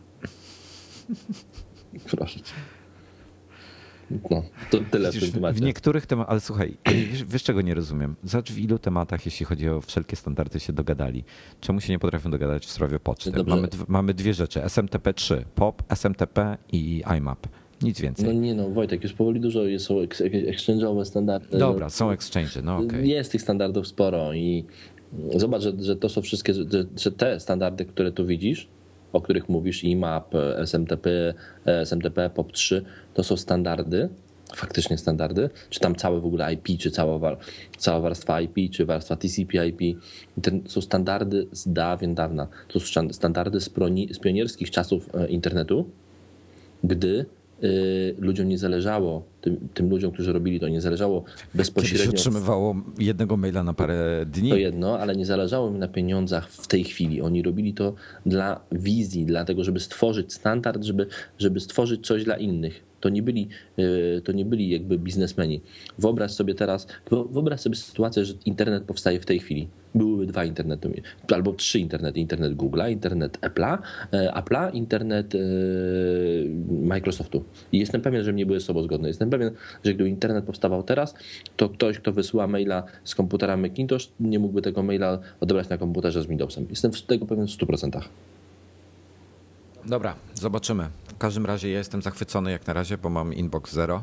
Proszę cię. No, to tyle w tym temacie. W niektórych tematach, ale słuchaj, wiesz czego nie rozumiem? Zobacz, w ilu tematach, jeśli chodzi o wszelkie standardy, się dogadali. Czemu się nie potrafią dogadać w sprawie poczty? Mamy dwie rzeczy, SMTP3, POP, SMTP i IMAP. Nic więcej. No Wojtek, już powoli dużo są exchange'owe standardy. Dobra, są exchange, no okej. Okay. Jest tych standardów sporo i zobacz, że to są wszystkie, że te standardy, które tu widzisz, o których mówisz, IMAP, SMTP, POP3, to są standardy, faktycznie standardy, czy tam całe w ogóle IP, czy cała warstwa IP, czy warstwa TCP/IP. To są standardy z dawna. To są standardy z pionierskich czasów internetu, gdy ludziom nie zależało, tym ludziom, którzy robili to, nie zależało bezpośrednio. Kiedyś utrzymywało jednego maila na parę dni. To jedno, ale nie zależało im na pieniądzach w tej chwili. Oni robili to dla wizji, dlatego, żeby stworzyć standard, żeby stworzyć coś dla innych. to nie byli jakby biznesmeni. Wyobraź sobie sytuację, że internet powstaje w tej chwili. Byłyby dwa internety, albo trzy internety. Internet Google'a, internet Apple'a, internet Microsoftu. I jestem pewien, że nie były ze sobą zgodne. Jestem pewien, że gdyby internet powstawał teraz, to ktoś, kto wysyła maila z komputera Macintosh, nie mógłby tego maila odebrać na komputerze z Windowsem. Jestem tego pewien w 100%. Dobra, zobaczymy. W każdym razie ja jestem zachwycony jak na razie, bo mam inbox 0.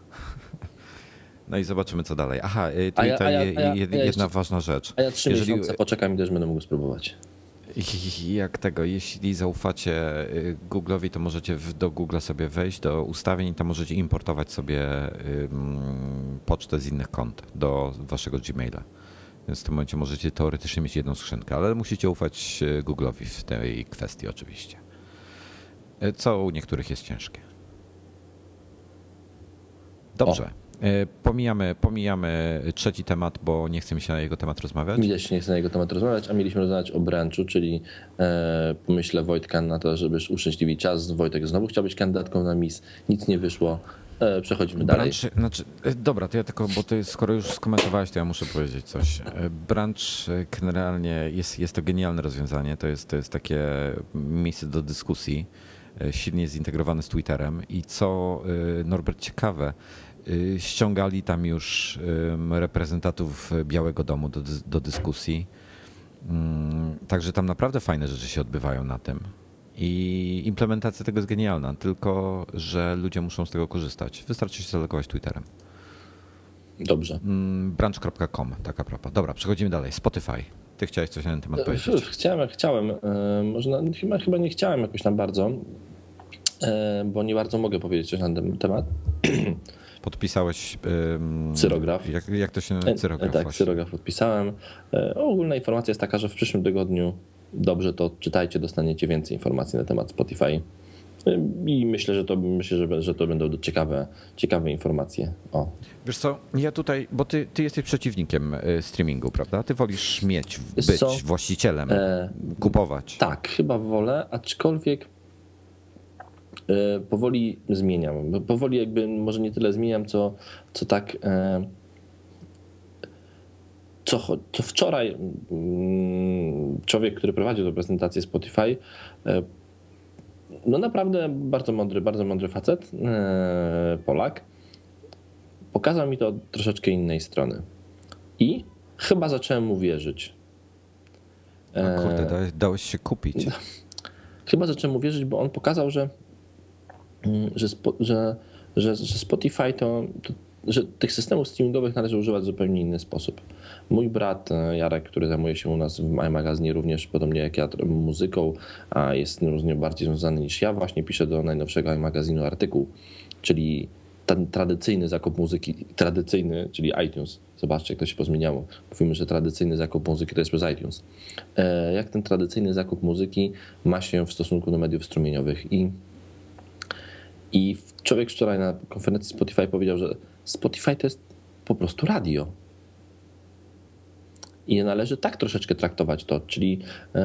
No i zobaczymy, co dalej. Aha, jedna ważna rzecz. A ja 3 miesiące poczekam i też będę mógł spróbować. Jeśli zaufacie Google'owi, to możecie do Google'a sobie wejść, do ustawień i tam możecie importować sobie pocztę z innych kont do waszego Gmaila. Więc w tym momencie możecie teoretycznie mieć jedną skrzynkę, ale musicie ufać Google'owi w tej kwestii oczywiście. Co u niektórych jest ciężkie. Dobrze. Pomijamy trzeci temat, bo nie chcemy się na jego temat rozmawiać. Widać, się nie chce na jego temat rozmawiać, a mieliśmy rozmawiać o Branchu, czyli pomyślę Wojtka na to, żeby uszczęśliwić czas. Wojtek znowu chciał być kandydatką na Miss, nic nie wyszło. Przechodzimy dalej. Dobra, to ja tylko, bo ty skoro już skomentowałeś, to ja muszę powiedzieć coś. Branch generalnie jest to genialne rozwiązanie, to jest takie miejsce do dyskusji, silnie zintegrowane z Twitterem i co Norbert ciekawe, ściągali tam już reprezentantów Białego Domu do dyskusji. Także tam naprawdę fajne rzeczy się odbywają na tym. I implementacja tego jest genialna, tylko że ludzie muszą z tego korzystać. Wystarczy się zalogować Twitterem. Dobrze. Branch.com, taka propa. Dobra, przechodzimy dalej. Spotify. Ty chciałeś coś na ten temat powiedzieć? Chciałem. Chyba nie chciałem jakoś tam bardzo, bo nie bardzo mogę powiedzieć coś na ten temat. Podpisałeś cyrograf. Jak to się cyrograf? Tak, właśnie. cyrograf podpisałem. Ogólna informacja jest taka, że w przyszłym tygodniu dobrze to odczytajcie, dostaniecie więcej informacji na temat Spotify. I myślę, że to będą ciekawe informacje. O. Wiesz co, ja tutaj, bo ty jesteś przeciwnikiem streamingu, prawda? Ty wolisz być właścicielem, kupować. Tak, chyba wolę, aczkolwiek powoli zmieniam. Powoli jakby może nie tyle zmieniam, co tak... Co wczoraj człowiek, który prowadził tę prezentację Spotify, no naprawdę bardzo mądry facet, Polak, pokazał mi to od troszeczkę innej strony. I chyba zacząłem mu wierzyć. No kurde, dałeś się kupić. Chyba zacząłem mu wierzyć, bo on pokazał, że Spotify że tych systemów streamingowych należy używać w zupełnie inny sposób. Mój brat Jarek, który zajmuje się u nas w iMagazynie również, podobnie jak ja, muzyką, a jest z nią bardziej związany niż ja, właśnie pisze do najnowszego iMagazynu artykuł, czyli ten tradycyjny zakup muzyki, czyli iTunes. Zobaczcie, jak to się pozmieniało. Mówimy, że tradycyjny zakup muzyki to jest przez iTunes. Jak ten tradycyjny zakup muzyki ma się w stosunku do mediów strumieniowych. I człowiek wczoraj na konferencji Spotify powiedział, że Spotify to jest po prostu radio. I należy tak troszeczkę traktować to, czyli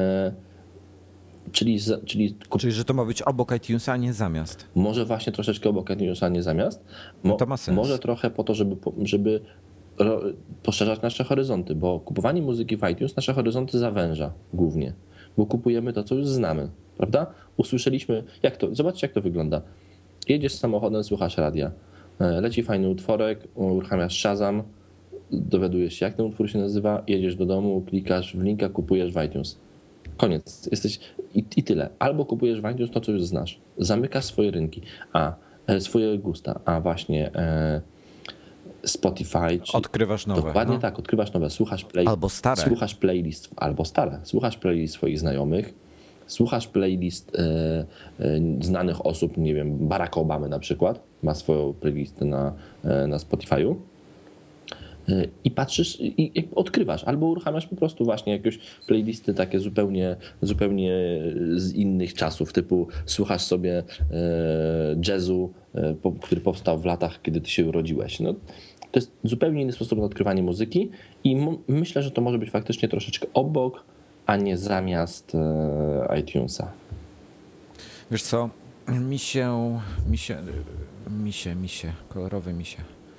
że to ma być obok iTunesa, a nie zamiast. Może właśnie troszeczkę obok iTunesa, a nie zamiast. To ma sens. Może trochę po to, żeby poszerzać nasze horyzonty, bo kupowanie muzyki w iTunes nasze horyzonty zawęża głównie, bo kupujemy to, co już znamy, prawda? Usłyszeliśmy, zobaczcie, jak to wygląda. Jedziesz samochodem, słuchasz radia, leci fajny utworek, uruchamiasz Shazam, dowiadujesz się, jak ten utwór się nazywa, jedziesz do domu, klikasz w linka, kupujesz w iTunes. Koniec. Jesteś i tyle. Albo kupujesz w iTunes to, co już znasz. Zamykasz swoje rynki, swoje gusta, a właśnie Spotify. Odkrywasz nowe. Dokładnie tak, odkrywasz nowe. Albo stare. Słuchasz playlist, albo stare. Słuchasz playlist swoich znajomych, słuchasz playlist znanych osób, nie wiem, Baracka Obamy na przykład, ma swoją playlistę na Spotify'u. I patrzysz i odkrywasz, albo uruchamiasz po prostu właśnie jakieś playlisty takie zupełnie z innych czasów, typu słuchasz sobie jazzu, który powstał w latach, kiedy ty się urodziłeś. No, to jest zupełnie inny sposób na odkrywanie muzyki i myślę, że to może być faktycznie troszeczkę obok, a nie zamiast iTunesa. Wiesz co, Misie, kolorowe misie.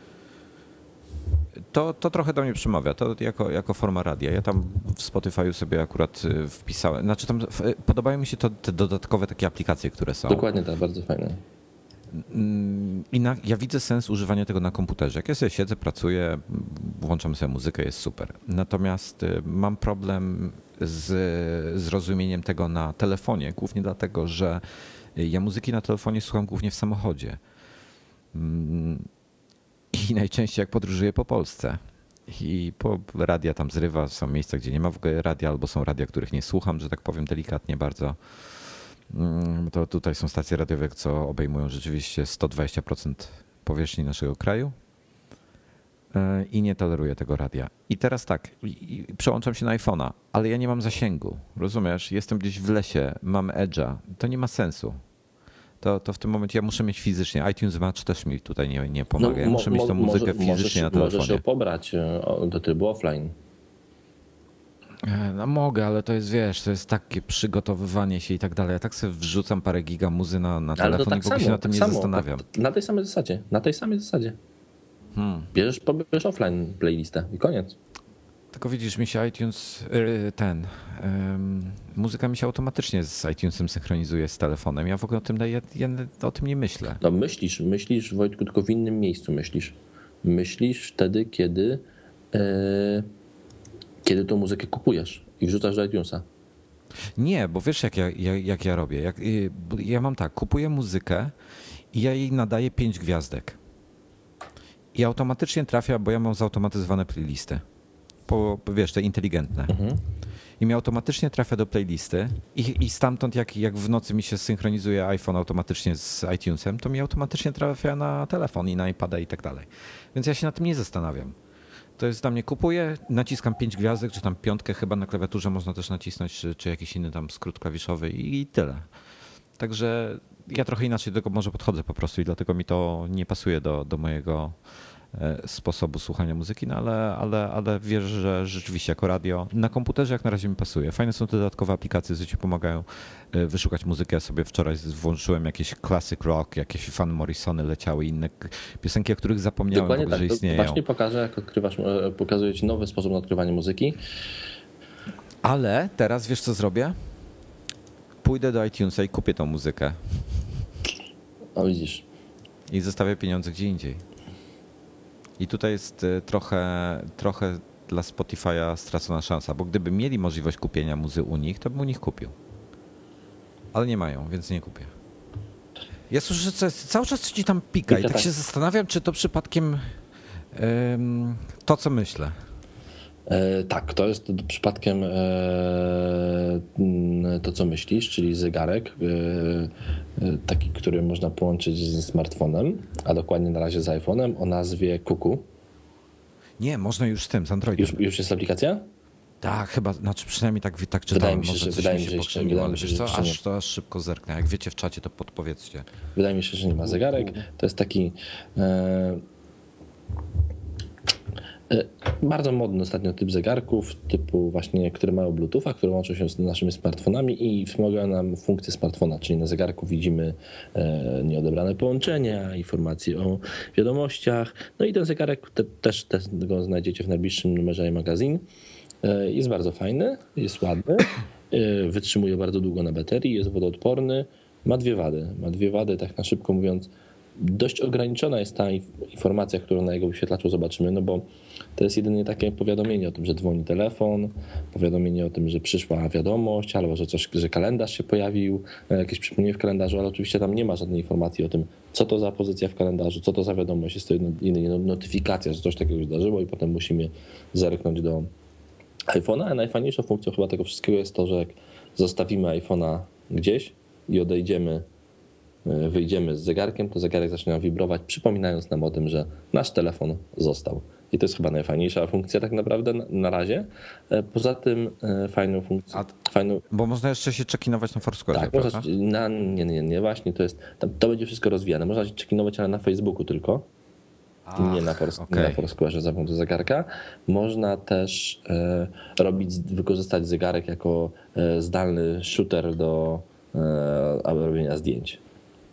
To trochę do mnie przemawia, to jako forma radia. Ja tam w Spotify'u sobie akurat wpisałem, znaczy tam podobają mi się te dodatkowe takie aplikacje, które są. Dokładnie tak, bardzo fajne. I ja widzę sens używania tego na komputerze. Jak ja sobie siedzę, pracuję, włączam sobie muzykę, jest super. Natomiast mam problem z zrozumieniem tego na telefonie, głównie dlatego, że ja muzyki na telefonie słucham głównie w samochodzie. I najczęściej jak podróżuję po Polsce. I radia tam zrywa, są miejsca, gdzie nie ma w ogóle radia, albo są radia, których nie słucham, że tak powiem delikatnie bardzo. To tutaj są stacje radiowe, co obejmują rzeczywiście 120% powierzchni naszego kraju i nie toleruję tego radia. I teraz tak, przełączam się na iPhone'a, ale ja nie mam zasięgu, rozumiesz? Jestem gdzieś w lesie, mam Edge'a, to nie ma sensu. To w tym momencie ja muszę mieć fizycznie. iTunes Match też mi tutaj nie pomaga. Ja muszę mieć tą muzykę fizycznie na telefonie. Możesz ją pobrać do trybu offline. No mogę, ale to jest, wiesz, to jest takie przygotowywanie się i tak dalej. Ja tak sobie wrzucam parę giga muzy na telefon i w ogóle się nad tym nie zastanawiam. Na tej samej zasadzie. Pobierzesz offline playlistę i koniec. Tylko widzisz, mi się iTunes, muzyka mi się automatycznie z iTunesem synchronizuje z telefonem. Ja w ogóle o tym nie myślę. No myślisz Wojtku, tylko w innym miejscu myślisz. Myślisz wtedy, kiedy tą muzykę kupujesz i wrzucasz do iTunesa. Nie, bo wiesz jak ja robię. Ja mam tak, kupuję muzykę i ja jej nadaję 5 gwiazdek. I automatycznie trafia, bo ja mam zautomatyzowane playlisty. Wiesz, te inteligentne. I mi automatycznie trafia do playlisty i stamtąd jak w nocy mi się synchronizuje iPhone automatycznie z iTunesem, to mi automatycznie trafia na telefon i na iPada i tak dalej. Więc ja się nad tym nie zastanawiam. To jest dla mnie, kupuję, naciskam 5 gwiazdek, czy tam 5 chyba na klawiaturze można też nacisnąć, czy jakiś inny tam skrót klawiszowy i tyle. Także ja trochę inaczej do tego może podchodzę po prostu i dlatego mi to nie pasuje do mojego sposobu słuchania muzyki, no ale wiesz, że rzeczywiście jako radio na komputerze jak na razie mi pasuje. Fajne są te dodatkowe aplikacje, które ci pomagają wyszukać muzykę. Ja sobie wczoraj włączyłem jakieś classic rock, jakieś Van Morrisony leciały, inne piosenki, o których zapomniałem w ogóle, że istnieją. Właśnie pokazuję ci nowy sposób na odkrywanie muzyki. Ale teraz wiesz co zrobię? Pójdę do iTunesa i kupię tą muzykę. No widzisz. I zostawię pieniądze gdzie indziej. I tutaj jest trochę dla Spotify'a stracona szansa, bo gdyby mieli możliwość kupienia muzy u nich, to bym u nich kupił. Ale nie mają, więc nie kupię. Ja słyszę, że cały czas ci tam pika i tak się zastanawiam, czy to przypadkiem to, co myślę. Tak, to jest przypadkiem to, co myślisz, czyli zegarek, taki, który można połączyć ze smartfonem, a dokładnie na razie z iPhone'em o nazwie Kuku. Nie, można już z tym, z Androidem. Już jest aplikacja? Tak, chyba, znaczy przynajmniej tak czytałem. Wydaje mi się, ale wiesz co, aż szybko zerknę. Jak wiecie w czacie, to podpowiedzcie. Wydaje mi się, że nie ma zegarek. To jest taki bardzo modny ostatnio typ zegarków, typu właśnie, które mają Bluetootha, które łączą się z naszymi smartfonami i wspomagają nam funkcję smartfona, czyli na zegarku widzimy nieodebrane połączenia, informacje o wiadomościach. No i ten zegarek też go znajdziecie w najbliższym numerze iMagazine. Jest bardzo fajny, jest ładny, wytrzymuje bardzo długo na baterii, jest wodoodporny, ma dwie wady, tak na szybko mówiąc. Dość ograniczona jest ta informacja, którą na jego wyświetlaczu zobaczymy, no bo to jest jedynie takie powiadomienie o tym, że dzwoni telefon, powiadomienie o tym, że przyszła wiadomość, albo że kalendarz się pojawił, jakieś przypomnienie w kalendarzu, ale oczywiście tam nie ma żadnej informacji o tym, co to za pozycja w kalendarzu, co to za wiadomość, jest to jedynie notyfikacja, że coś takiego się zdarzyło i potem musimy zerknąć do iPhone'a, a najfajniejszą funkcją chyba tego wszystkiego jest to, że jak zostawimy iPhone'a gdzieś i wyjdziemy z zegarkiem, to zegarek zaczyna wibrować, przypominając nam o tym, że nasz telefon został. I to jest chyba najfajniejsza funkcja tak naprawdę na razie. Poza tym fajną funkcją... Bo można jeszcze się check-inować na Foursquare, tak, prawda? Nie, właśnie to będzie wszystko rozwijane. Można się check-inować, ale na Facebooku tylko. Nie na Foursquare za pomocą zegarka. Można też wykorzystać zegarek jako zdalny shooter do robienia zdjęć.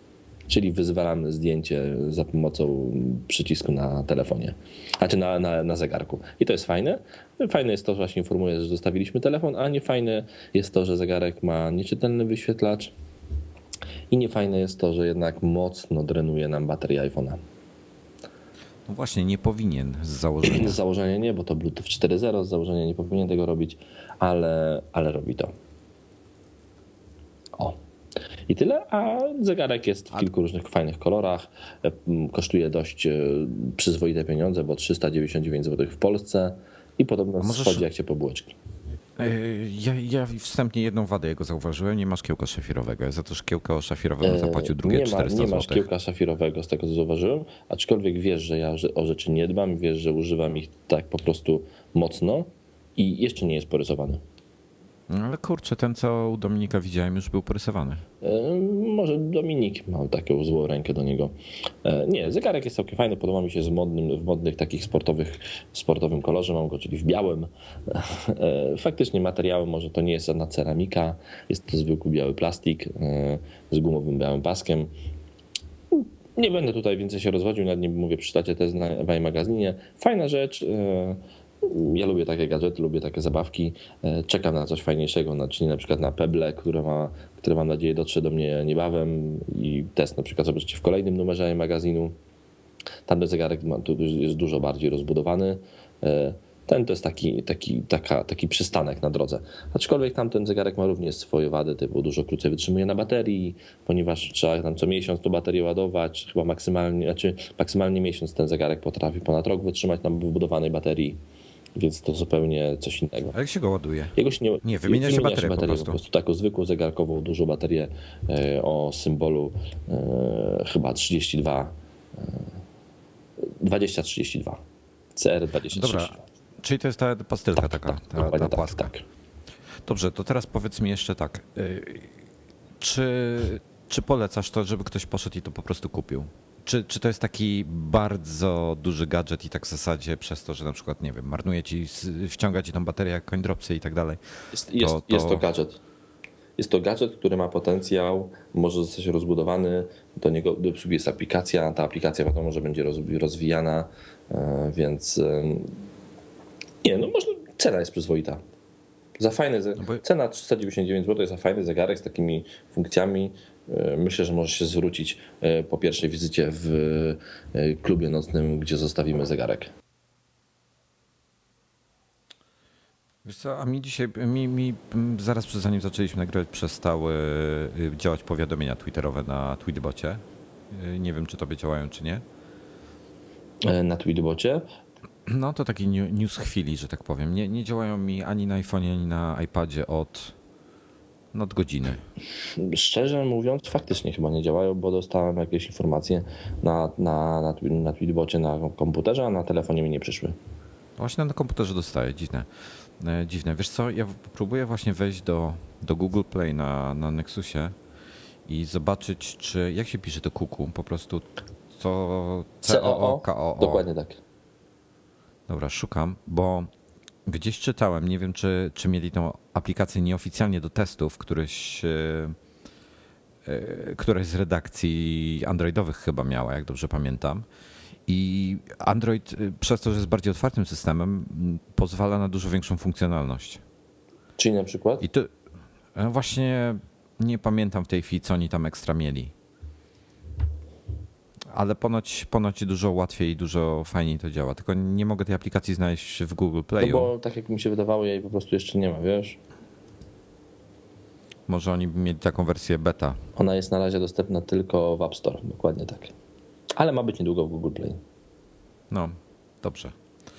czyli wyzwalamy zdjęcie za pomocą przycisku na telefonie, znaczy na zegarku. I to jest fajne. Fajne jest to, że właśnie informuje, że zostawiliśmy telefon, a nie fajne jest to, że zegarek ma nieczytelny wyświetlacz i nie fajne jest to, że jednak mocno drenuje nam baterię iPhone'a. No właśnie, nie powinien z założenia. Z założenia nie, bo to Bluetooth 4.0, z założenia nie powinien tego robić, ale robi to. O. I tyle, a zegarek jest w kilku różnych fajnych kolorach. Kosztuje dość przyzwoite pieniądze, bo 399 zł w Polsce i podobno schodzi jak ciepłe bułeczki. Ja wstępnie jedną wadę jego zauważyłem, nie ma szkiełka szafirowego. Ja za to szkiełko szafirowego zapłacił drugie 400 zł. Nie ma szkiełka szafirowego, z tego co zauważyłem, aczkolwiek wiesz, że ja o rzeczy nie dbam, wiesz, że używam ich tak po prostu mocno i jeszcze nie jest porysowany. No ale kurczę, ten co u Dominika widziałem już był porysowany. Może Dominik ma taką złą rękę do niego. Nie, zegarek jest całkiem fajny, podoba mi się w modnych takich sportowym kolorze, mam go, czyli w białym. Faktycznie materiałem może to nie jest żadna ceramika, jest to zwykły biały plastik z gumowym białym paskiem. Nie będę tutaj więcej się rozwodził, nad nim mówię, przeczytacie test w iMagazinie. Fajna rzecz. Ja lubię takie gadżety, lubię takie zabawki. Czekam na coś fajniejszego, czyli na przykład na Pebble, które mam nadzieję dotrze do mnie niebawem i test na przykład zobaczycie w kolejnym numerze magazynu. Tamten zegarek jest dużo bardziej rozbudowany. Ten to jest taki przystanek na drodze. Aczkolwiek tamten zegarek ma również swoje wady, typu dużo krócej wytrzymuje na baterii, ponieważ trzeba tam co miesiąc tą baterię ładować, chyba maksymalnie miesiąc ten zegarek potrafi ponad rok wytrzymać na wybudowanej baterii. Więc to zupełnie coś innego. A jak się go ładuje? Jego się nie wymienia się baterię po prostu. Po prostu taką zwykłą zegarkową, dużą baterię o symbolu chyba 2032. CR2032. Dobra, czyli to jest ta pastylka taka, ta płaska. Tak. Dobrze, to teraz powiedz mi jeszcze tak. Czy polecasz to, żeby ktoś poszedł i to po prostu kupił? Czy to jest taki bardzo duży gadżet i tak w zasadzie przez to, że na przykład, nie wiem, marnuje ci, wciąga ci tą baterię jak coin dropsy i tak dalej? Jest to gadżet. Jest to gadżet, który ma potencjał, może zostać rozbudowany, do obsługi jest aplikacja, ta aplikacja wiadomo, że będzie rozwijana, więc cena jest przyzwoita. Za fajny cena 399 zł za fajny zegarek z takimi funkcjami. Myślę, że może się zwrócić po pierwszej wizycie w klubie nocnym, gdzie zostawimy zegarek. Wiesz co, a mi dzisiaj, zaraz zanim zaczęliśmy nagrywać, przestały działać powiadomienia twitterowe na Tweetbocie. Nie wiem, czy tobie działają, czy nie. Na Tweetbocie? No to taki news chwili, że tak powiem. Nie działają mi ani na iPhone'ie, ani na iPadzie od godziny. Szczerze mówiąc, faktycznie chyba nie działają, bo dostałem jakieś informacje na Tweetbocie na komputerze, a na telefonie mi nie przyszły. Właśnie na komputerze dostaję, dziwne. Wiesz co, ja próbuję właśnie wejść do Google Play na Nexusie i zobaczyć, jak się pisze to kuku, po prostu COOKOO. Dokładnie tak. Dobra, szukam, bo gdzieś czytałem, nie wiem czy mieli tą aplikację nieoficjalnie do testów, któraś z redakcji androidowych chyba miała, jak dobrze pamiętam. I Android przez to, że jest bardziej otwartym systemem, pozwala na dużo większą funkcjonalność. Czyli na przykład? I to właśnie nie pamiętam w tej chwili, co oni tam ekstra mieli. Ale ponoć dużo łatwiej i dużo fajniej to działa. Tylko nie mogę tej aplikacji znaleźć w Google Playu. No bo tak jak mi się wydawało, jej po prostu jeszcze nie ma, wiesz? Może oni mieli taką wersję beta. Ona jest na razie dostępna tylko w App Store, dokładnie tak. Ale ma być niedługo w Google Play. No, dobrze.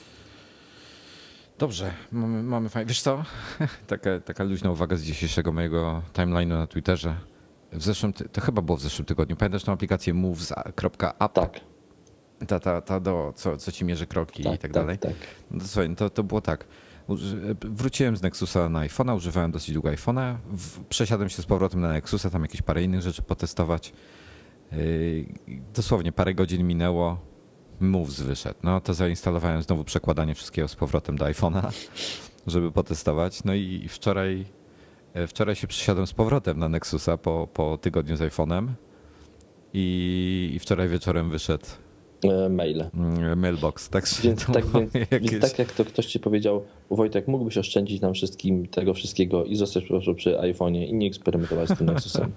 Dobrze, mamy fajnie. Wiesz co? Taka luźna uwaga z dzisiejszego mojego timeline'u na Twitterze. To chyba było w zeszłym tygodniu. Pamiętasz tą aplikację moves.app? Tak. Co ci mierzy kroki i tak dalej? Tak. No to słuchaj, to było tak. Wróciłem z Nexusa na iPhone'a, używałem dosyć długo iPhone'a. Przesiadłem się z powrotem na Nexusa, tam jakieś parę innych rzeczy potestować. Dosłownie parę godzin minęło, Moves wyszedł. No to zainstalowałem znowu przekładanie wszystkiego z powrotem do iPhone'a, żeby potestować. No i wczoraj się przesiadłem z powrotem na Nexusa po tygodniu z iPhone'em i wczoraj wieczorem wyszedł Mail. mailbox. Więc tak jak to ktoś ci powiedział, Wojtek, mógłbyś oszczędzić nam wszystkim tego wszystkiego i zostać po prostu przy iPhone'ie i nie eksperymentować z tym Nexusem.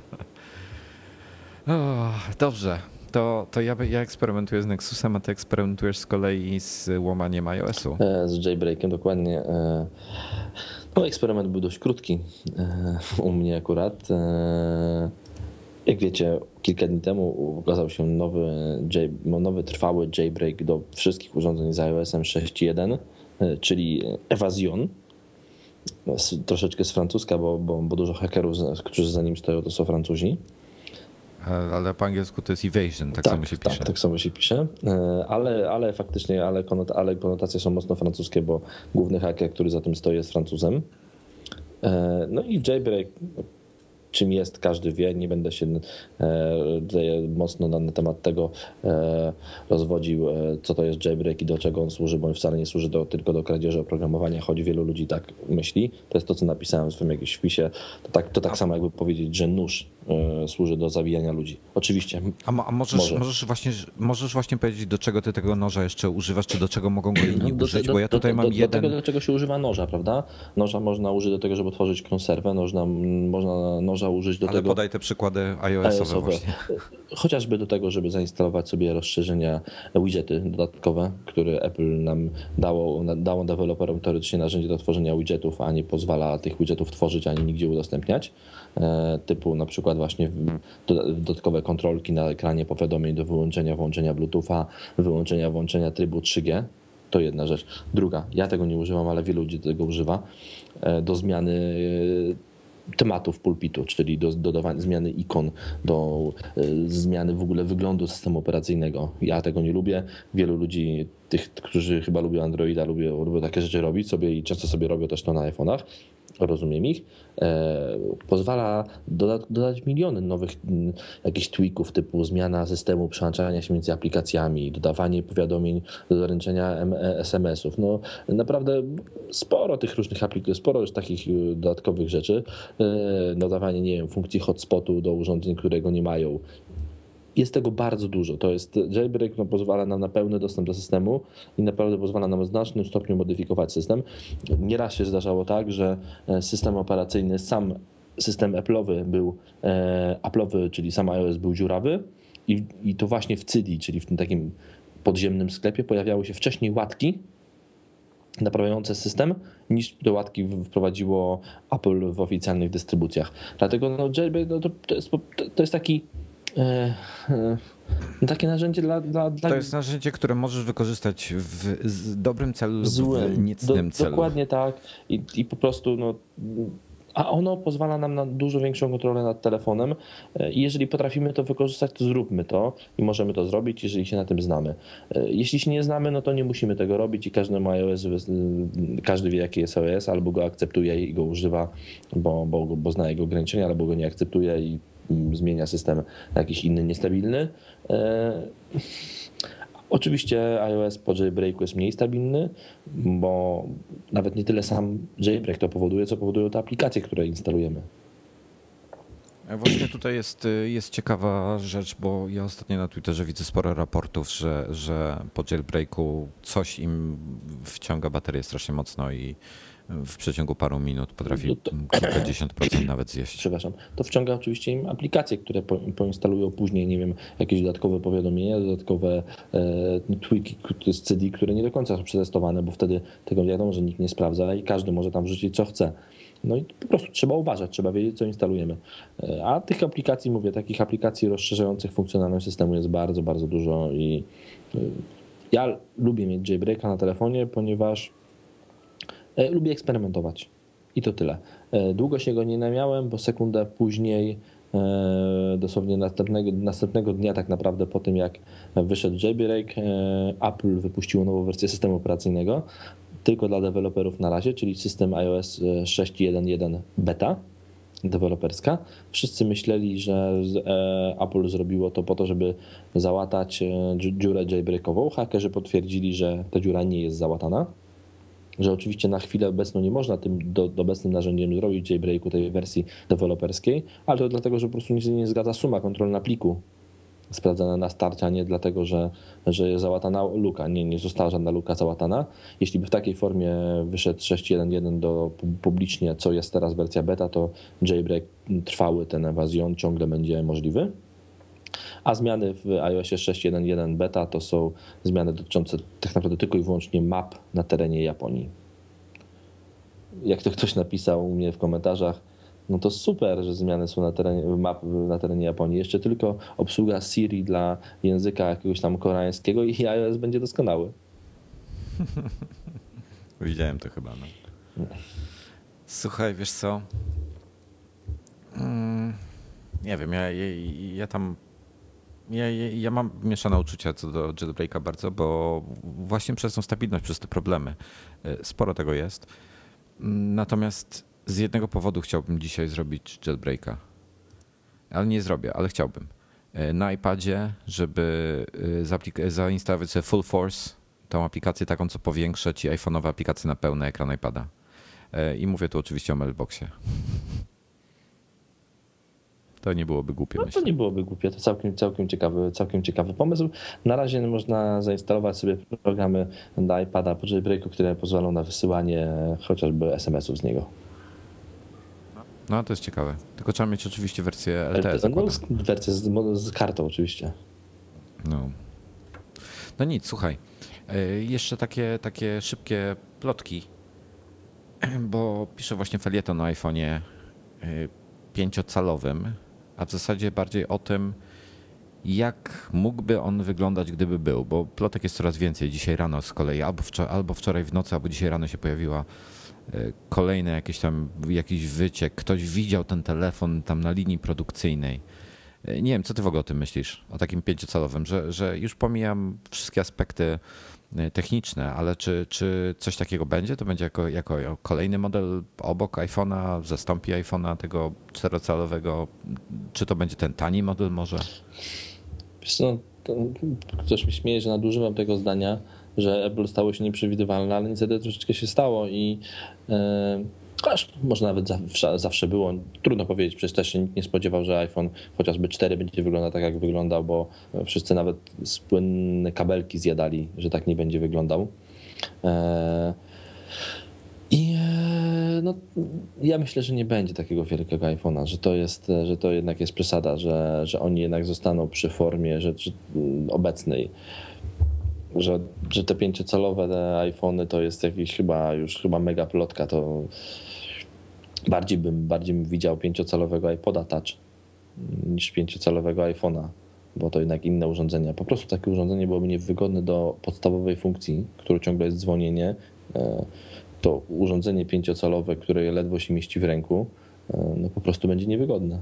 Dobrze. To ja eksperymentuję z Nexusem, a ty eksperymentujesz z kolei z łamaniem iOS-u. Z jailbreakiem, dokładnie. No, eksperyment był dość krótki u mnie akurat. Jak wiecie, kilka dni temu ukazał się nowy trwały jailbreak do wszystkich urządzeń z iOS-em 6.1, czyli Evasion. Troszeczkę z francuska, bo dużo hakerów, którzy za nim stoją, to są Francuzi. Ale po angielsku to jest evasion, tak samo się pisze. Tak samo się pisze, ale faktycznie, ale konotacje są mocno francuskie, bo główny haker, który za tym stoi, jest Francuzem. No i jailbreak, czym jest, każdy wie, nie będę się mocno na temat tego rozwodził, co to jest jailbreak i do czego on służy, bo on wcale nie służy tylko do kradzieży oprogramowania, choć wielu ludzi tak myśli. To jest to, co napisałem w swoim jakimś wpisie. To tak samo jakby powiedzieć, że nóż służy do zabijania ludzi. Oczywiście. A możesz właśnie powiedzieć, do czego ty tego noża jeszcze używasz, czy do czego mogą go inni użyć? Bo ja tutaj mam jeden... Do tego, do czego się używa noża, prawda? Noża można użyć do tego, żeby otworzyć konserwę, można noża użyć do tego... Ale podaj te przykłady iOS-owe właśnie. Chociażby do tego, żeby zainstalować sobie rozszerzenia, widgety dodatkowe, które Apple nam dało deweloperom teoretycznie narzędzie do tworzenia widgetów, a nie pozwala tych widgetów tworzyć ani nigdzie udostępniać. Typu na przykład właśnie dodatkowe kontrolki na ekranie powiadomień do wyłączenia, włączenia Bluetootha, wyłączenia, włączenia trybu 3G. To jedna rzecz. Druga, ja tego nie używam, ale wielu ludzi tego używa, do zmiany tematów pulpitu, czyli do dodawania zmiany ikon, do zmiany w ogóle wyglądu systemu operacyjnego. Ja tego nie lubię. Wielu ludzi, tych, którzy chyba lubią Androida, lubią takie rzeczy robić sobie i często sobie robią też to na iPhone'ach. Rozumiem ich. Pozwala dodać miliony nowych jakichś tweaków typu zmiana systemu przełączania się między aplikacjami, dodawanie powiadomień do doręczenia SMS-ów. No naprawdę sporo tych różnych aplikacji, sporo już takich dodatkowych rzeczy. Dodawanie, nie wiem, funkcji hotspotu do urządzeń, którego nie mają. Jest tego bardzo dużo. To jest jailbreak, pozwala nam na pełny dostęp do systemu i naprawdę pozwala nam w znacznym stopniu modyfikować system. Nieraz się zdarzało tak, że system operacyjny, sam system Apple'owy, czyli sam iOS był dziurawy i to właśnie w CIDI, czyli w tym takim podziemnym sklepie pojawiały się wcześniej łatki naprawiające system, niż te łatki wprowadziło Apple w oficjalnych dystrybucjach. Dlatego jailbreak to jest taki takie narzędzie dla... To jest narzędzie, które możesz wykorzystać w dobrym celu lub w niecnym celu. Dokładnie tak i po prostu a ono pozwala nam na dużo większą kontrolę nad telefonem i jeżeli potrafimy to wykorzystać, to zróbmy to i możemy to zrobić, jeżeli się na tym znamy. Jeśli się nie znamy, no to nie musimy tego robić i każdy wie, jaki jest iOS, albo go akceptuje i go używa, bo zna jego ograniczenia, albo go nie akceptuje i zmienia system na jakiś inny, niestabilny. Oczywiście iOS po jailbreaku jest mniej stabilny, bo nawet nie tyle sam jailbreak to powoduje, co powodują te aplikacje, które instalujemy. Właśnie tutaj jest ciekawa rzecz, bo ja ostatnio na Twitterze widzę sporo raportów, że po jailbreaku coś im wciąga baterię strasznie mocno i w przeciągu paru minut potrafi kilkadziesiąt procent nawet zjeść. Przepraszam. To wciąga oczywiście im aplikacje, które poinstalują później, nie wiem, jakieś dodatkowe powiadomienia, dodatkowe tweaki z CD, które nie do końca są przetestowane, bo wtedy tego wiadomo, że nikt nie sprawdza i każdy może tam wrzucić co chce. No i po prostu trzeba uważać, trzeba wiedzieć, co instalujemy. A tych aplikacji, takich aplikacji rozszerzających funkcjonalność systemu jest bardzo, bardzo dużo i ja lubię mieć jailbreaka na telefonie, ponieważ lubię eksperymentować i to tyle. Długo się go nie namiałem, bo sekundę później, dosłownie następnego dnia tak naprawdę po tym jak wyszedł jailbreak, Apple wypuściło nową wersję systemu operacyjnego, tylko dla deweloperów na razie, czyli system iOS 6.1.1 beta deweloperska. Wszyscy myśleli, że Apple zrobiło to po to, żeby załatać dziurę jailbreakową. Hakerzy potwierdzili, że ta dziura nie jest załatana, że oczywiście na chwilę obecną nie można tym obecnym narzędziem zrobić jailbreaku tej wersji deweloperskiej, ale to dlatego, że po prostu nie zgadza suma kontrolna pliku sprawdzane na starcie, a nie dlatego, że jest załatana luka. Nie została żadna luka załatana. Jeśli by w takiej formie wyszedł 6.1.1 publicznie, co jest teraz wersja beta, to jailbreak trwały, ten evasion ciągle będzie możliwy. A zmiany w iOSie 6.1.1 beta to są zmiany dotyczące tak naprawdę tylko i wyłącznie map na terenie Japonii. Jak to ktoś napisał u mnie w komentarzach, no to super, że zmiany są na terenie map na terenie Japonii. Jeszcze tylko obsługa Siri dla języka jakiegoś tam koreańskiego i iOS będzie doskonały. Widziałem to chyba. No. Słuchaj, wiesz co? Nie wiem, ja tam ja mam mieszane uczucia co do jailbreaka bardzo, bo właśnie przez tą stabilność, przez te problemy sporo tego jest. Natomiast z jednego powodu chciałbym dzisiaj zrobić jailbreaka. Ale nie zrobię, ale chciałbym. Na iPadzie, żeby zainstalować sobie Full Force, tą aplikację taką, co powiększa ci iPhone'owe aplikacje na pełny ekran iPada. I mówię tu oczywiście o Mailboxie. To nie byłoby głupie, no, myślę. To nie byłoby głupie, to całkiem ciekawy pomysł. Na razie można zainstalować sobie programy na iPada po jailbreaku, które pozwolą na wysyłanie chociażby SMS-ów z niego. No to jest ciekawe. Tylko trzeba mieć oczywiście wersję LTE. Wersję z kartą oczywiście. No nic, słuchaj. Jeszcze takie szybkie plotki, bo piszę właśnie felieton na iPhone'ie 5-calowym, a w zasadzie bardziej o tym, jak mógłby on wyglądać, gdyby był, bo plotek jest coraz więcej. Dzisiaj rano z kolei, albo wczoraj w nocy, albo dzisiaj rano się pojawiła kolejne jakiś wyciek. Ktoś widział ten telefon tam na linii produkcyjnej. Nie wiem, co ty w ogóle o tym myślisz, o takim 5-calowym, że już pomijam wszystkie aspekty techniczne, ale czy coś takiego będzie? To będzie jako kolejny model obok iPhone'a, zastąpi iPhone'a tego 4-calowego? Czy to będzie ten tani model może? Wiesz co, ktoś mi śmieje, że nadużywam tego zdania, że Apple stało się nieprzewidywalne, ale niestety troszeczkę się stało i może nawet zawsze było. Trudno powiedzieć, przecież też się nikt nie spodziewał, że iPhone chociażby 4 będzie wyglądał tak, jak wyglądał, bo wszyscy nawet płynne kabelki zjadali, że tak nie będzie wyglądał. I no, ja myślę, że nie będzie takiego wielkiego iPhone'a, że to jednak jest przesada, że oni jednak zostaną przy formie obecnej. Że te 5-calowe iPhony to jest jakiś chyba mega plotka, to bardziej bym widział 5-calowego iPoda Touch niż 5-calowego iPhone'a, bo to jednak inne urządzenia. Po prostu takie urządzenie byłoby niewygodne do podstawowej funkcji, którą ciągle jest dzwonienie. To urządzenie 5-calowe, które ledwo się mieści w ręku, no po prostu będzie niewygodne.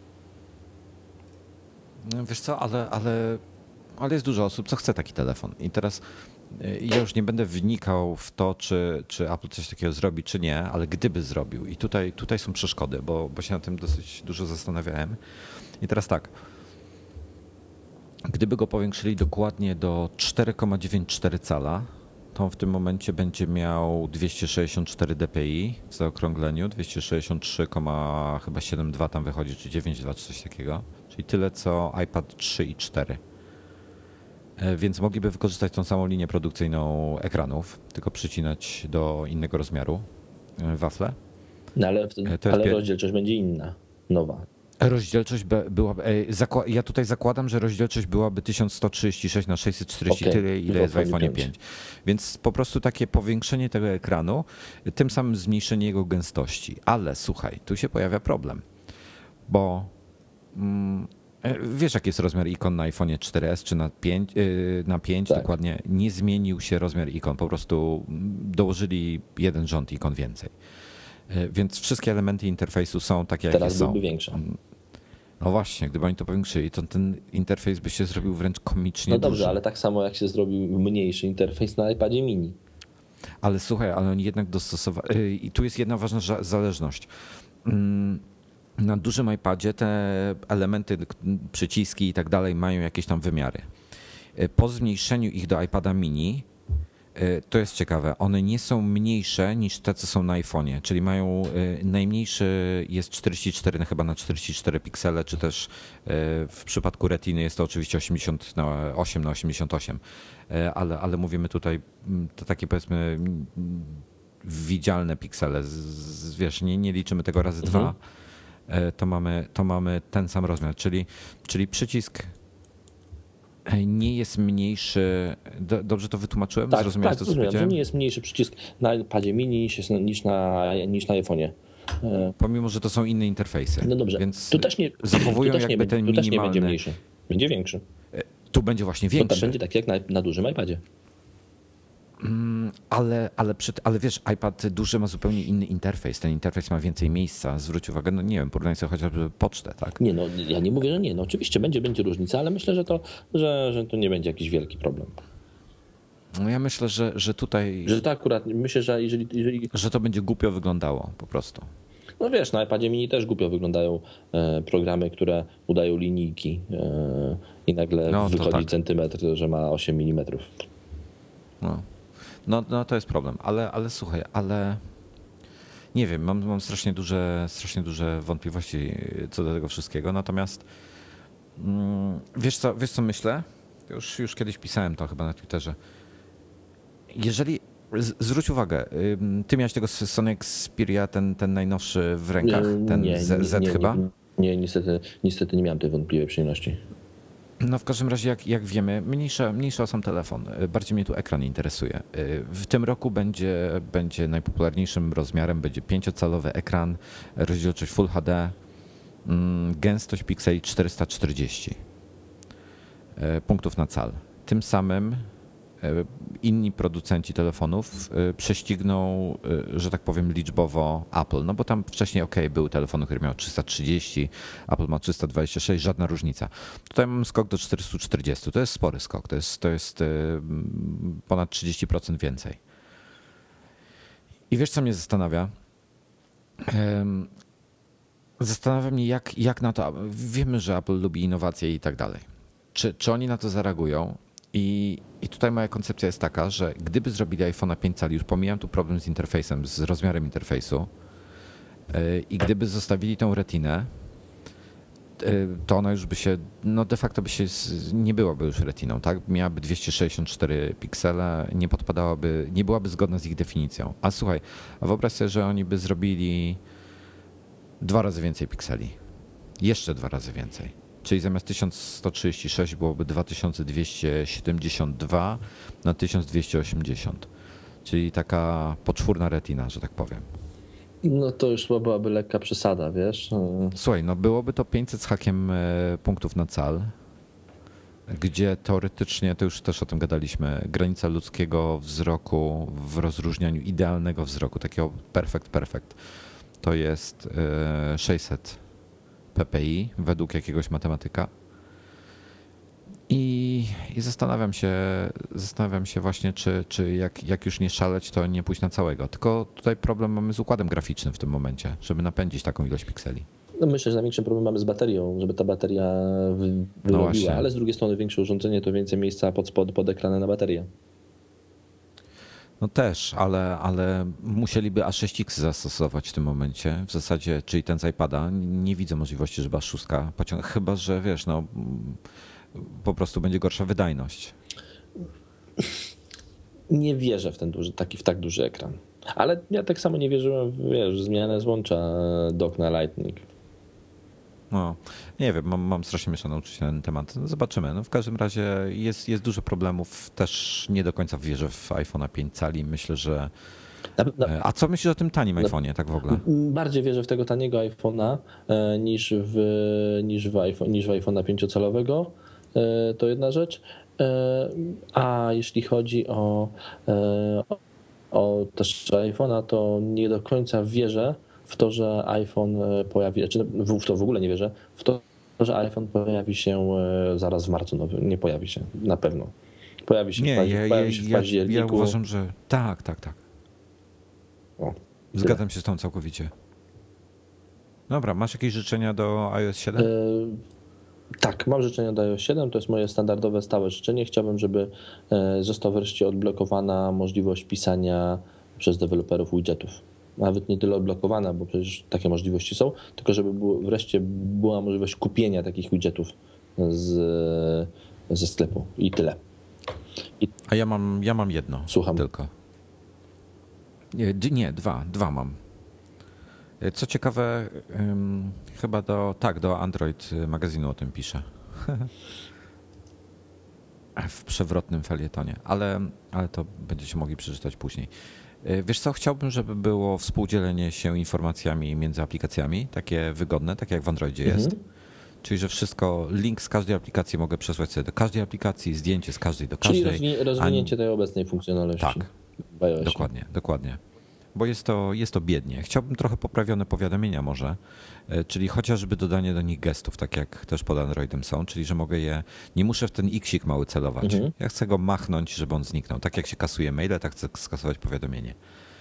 No wiesz co, ale jest dużo osób, co chce taki telefon. I teraz ja już nie będę wnikał w to, czy Apple coś takiego zrobi, czy nie, ale gdyby zrobił. I tutaj są przeszkody, bo się na tym dosyć dużo zastanawiałem. I teraz tak. Gdyby go powiększyli dokładnie do 4,94 cala, to on w tym momencie będzie miał 264 dpi w zaokrągleniu, 263,72 tam wychodzi, czy 9,2 czy coś takiego. Czyli tyle co iPad 3 i 4. Więc mogliby wykorzystać tą samą linię produkcyjną ekranów, tylko przycinać do innego rozmiaru wafle. No ale rozdzielczość będzie inna, nowa. Rozdzielczość byłaby. Ja tutaj zakładam, że rozdzielczość byłaby 1136 na 640, tyle ile jest w iPhone 5. Więc po prostu takie powiększenie tego ekranu, tym samym zmniejszenie jego gęstości. Ale słuchaj, tu się pojawia problem, bo wiesz, jaki jest rozmiar ikon na iPhone 4S czy na 5 tak. Dokładnie. Nie zmienił się rozmiar ikon, po prostu dołożyli jeden rząd ikon więcej. Więc wszystkie elementy interfejsu są takie, jakie są. Teraz byłby większe. No właśnie, gdyby oni to powiększyli, to ten interfejs by się zrobił wręcz komicznie duży. No dobrze, ale tak samo jak się zrobił mniejszy interfejs na iPadzie mini. Ale słuchaj, ale oni jednak dostosowali. I tu jest jedna ważna zależność. Na dużym iPadzie te elementy, przyciski i tak dalej mają jakieś tam wymiary. Po zmniejszeniu ich do iPada mini To jest ciekawe. One nie są mniejsze niż te, co są na iPhone'ie, czyli mają najmniejszy jest 44 chyba na 44 piksele, czy też w przypadku Retiny jest to oczywiście 88 na 88, ale mówimy tutaj to takie powiedzmy widzialne piksele. Wiesz, nie liczymy tego razy dwa, to mamy ten sam rozmiar, czyli przycisk nie jest mniejszy. Dobrze to wytłumaczyłem? Tak, Zrozumiałeś to, co zrozumiałem, że powiedziałem? nie jest mniejszy przycisk na iPadzie mini niż na iPhone'ie. Pomimo, że to są inne interfejsy. No dobrze, Więc tu też nie, zachowują tu też jakby nie, ten tu też nie będzie minimalny. mniejszy, będzie większy. Tu będzie właśnie Bo tam większy. będzie tak jak na dużym iPadzie. Ale wiesz, iPad duży ma zupełnie inny interfejs. Ten interfejs ma więcej miejsca. Zwróć uwagę, no nie wiem, porównaj sobie chociażby pocztę, tak? Nie, no ja nie mówię, że nie. No oczywiście będzie różnica, ale myślę, że to nie będzie jakiś wielki problem. No ja myślę, że tutaj. Że to akurat, myślę, że jeżeli Że to będzie głupio wyglądało po prostu. no wiesz, na iPadzie mini też głupio wyglądają programy, które udają linijki i nagle No, to wychodzi tak. centymetr, że ma 8 mm. No to jest problem. Ale słuchaj, nie wiem, mam strasznie duże wątpliwości co do tego wszystkiego. Natomiast wiesz co myślę? Już kiedyś pisałem to chyba na Twitterze. Jeżeli zwróć uwagę, ty miałeś tego Sony Xperia, ten najnowszy w rękach, ten Z chyba? Nie, niestety nie miałem tej wątpliwej przyjemności. No w każdym razie, jak wiemy, mniejsza o sam telefon. Bardziej mnie tu ekran interesuje. W tym roku będzie najpopularniejszym rozmiarem, będzie 5-calowy ekran, rozdzielczość Full HD, gęstość pikseli 440 punktów na cal. Tym samym inni producenci telefonów prześcigną, że tak powiem, liczbowo Apple. No bo tam wcześniej był telefon, który miał 330, Apple ma 326, żadna różnica. Tutaj mamy skok do 440. To jest spory skok, to jest ponad 30% więcej. I wiesz, co mnie zastanawia? Zastanawia mnie, jak na to. Wiemy, że Apple lubi innowacje i tak dalej. Czy oni na to zareagują? I tutaj moja koncepcja jest taka, że gdyby zrobili iPhone'a 5 cali, już pomijam tu problem z interfejsem, z rozmiarem interfejsu, i gdyby zostawili tą retinę, to ona już by się, no de facto nie byłaby już retiną, tak? Miałaby 264 piksele, nie byłaby zgodna z ich definicją. A słuchaj, wyobraź sobie, że oni by zrobili 2 razy więcej pikseli. Jeszcze 2 razy więcej. Czyli zamiast 1136 byłoby 2272 na 1280. Czyli taka poczwórna retina, że tak powiem. No to już chyba byłaby lekka przesada, wiesz? Słuchaj, no byłoby to 500 z hakiem punktów na cal, gdzie teoretycznie, to już też o tym gadaliśmy, granica ludzkiego wzroku w rozróżnianiu idealnego wzroku, takiego perfect, to jest 600 ppi według jakiegoś matematyka. I zastanawiam się właśnie, czy jak już nie szaleć, to nie pójść na całego. Tylko tutaj problem mamy z układem graficznym w tym momencie, żeby napędzić taką ilość pikseli. No myślę, że największy problem mamy z baterią, żeby ta bateria wyrobiła, ale z drugiej strony większe urządzenie to więcej miejsca pod ekranem na baterię. No też, ale musieliby A6X zastosować w tym momencie. W zasadzie, czyli ten z iPada, nie widzę możliwości, żeby A6 pociągnął, chyba że wiesz, no po prostu będzie gorsza wydajność. Nie wierzę w w tak duży ekran. Ale ja tak samo nie wierzyłem w zmianę złącza dock na Lightning. No, nie wiem, mam strasznie mieszane uczucia na ten temat. No, zobaczymy. No, w każdym razie jest dużo problemów. Też nie do końca wierzę w iPhone'a 5 cali. Myślę, że... A co myślisz o tym tanim iPhone'ie tak w ogóle? Bardziej wierzę w tego taniego iPhone'a niż w iPhone'a 5-calowego. To jedna rzecz. A jeśli chodzi o też iPhone'a, to nie do końca wierzę w to, że iPhone pojawi, czy w to w ogóle nie wierzę, w to, że iPhone pojawi się zaraz w marcu nowym. Nie pojawi się, na pewno. Pojawi się w październiku. Ja uważam, że tak. O, Zgadzam się z tą całkowicie. Dobra, masz jakieś życzenia do iOS 7? Tak, mam życzenie do iOS 7, to jest moje standardowe, stałe życzenie. Chciałbym, żeby została wreszcie odblokowana możliwość pisania przez deweloperów widgetów. Nawet nie tyle odblokowana, bo przecież takie możliwości są, tylko żeby wreszcie była możliwość kupienia takich widgetów ze sklepu i tyle. A ja mam jedno. Słucham. Tylko. Nie, dwa mam. Co ciekawe, chyba do Android magazynu o tym piszę. W przewrotnym felietonie, ale to będziecie mogli przeczytać później. Wiesz co, chciałbym, żeby było współdzielenie się informacjami między aplikacjami, takie wygodne, tak jak w Androidzie jest. Czyli, że wszystko, link z każdej aplikacji mogę przesłać sobie do każdej aplikacji, zdjęcie z każdej do każdej. Czyli rozwinięcie tej obecnej funkcjonalności. Tak, dokładnie. Bo jest to biednie. Chciałbym trochę poprawione powiadomienia może, czyli chociażby dodanie do nich gestów, tak jak też pod Androidem są, czyli że mogę nie muszę w ten iksik mały celować. Ja chcę go machnąć, żeby on zniknął. Tak jak się kasuje maile, tak chcę skasować powiadomienie.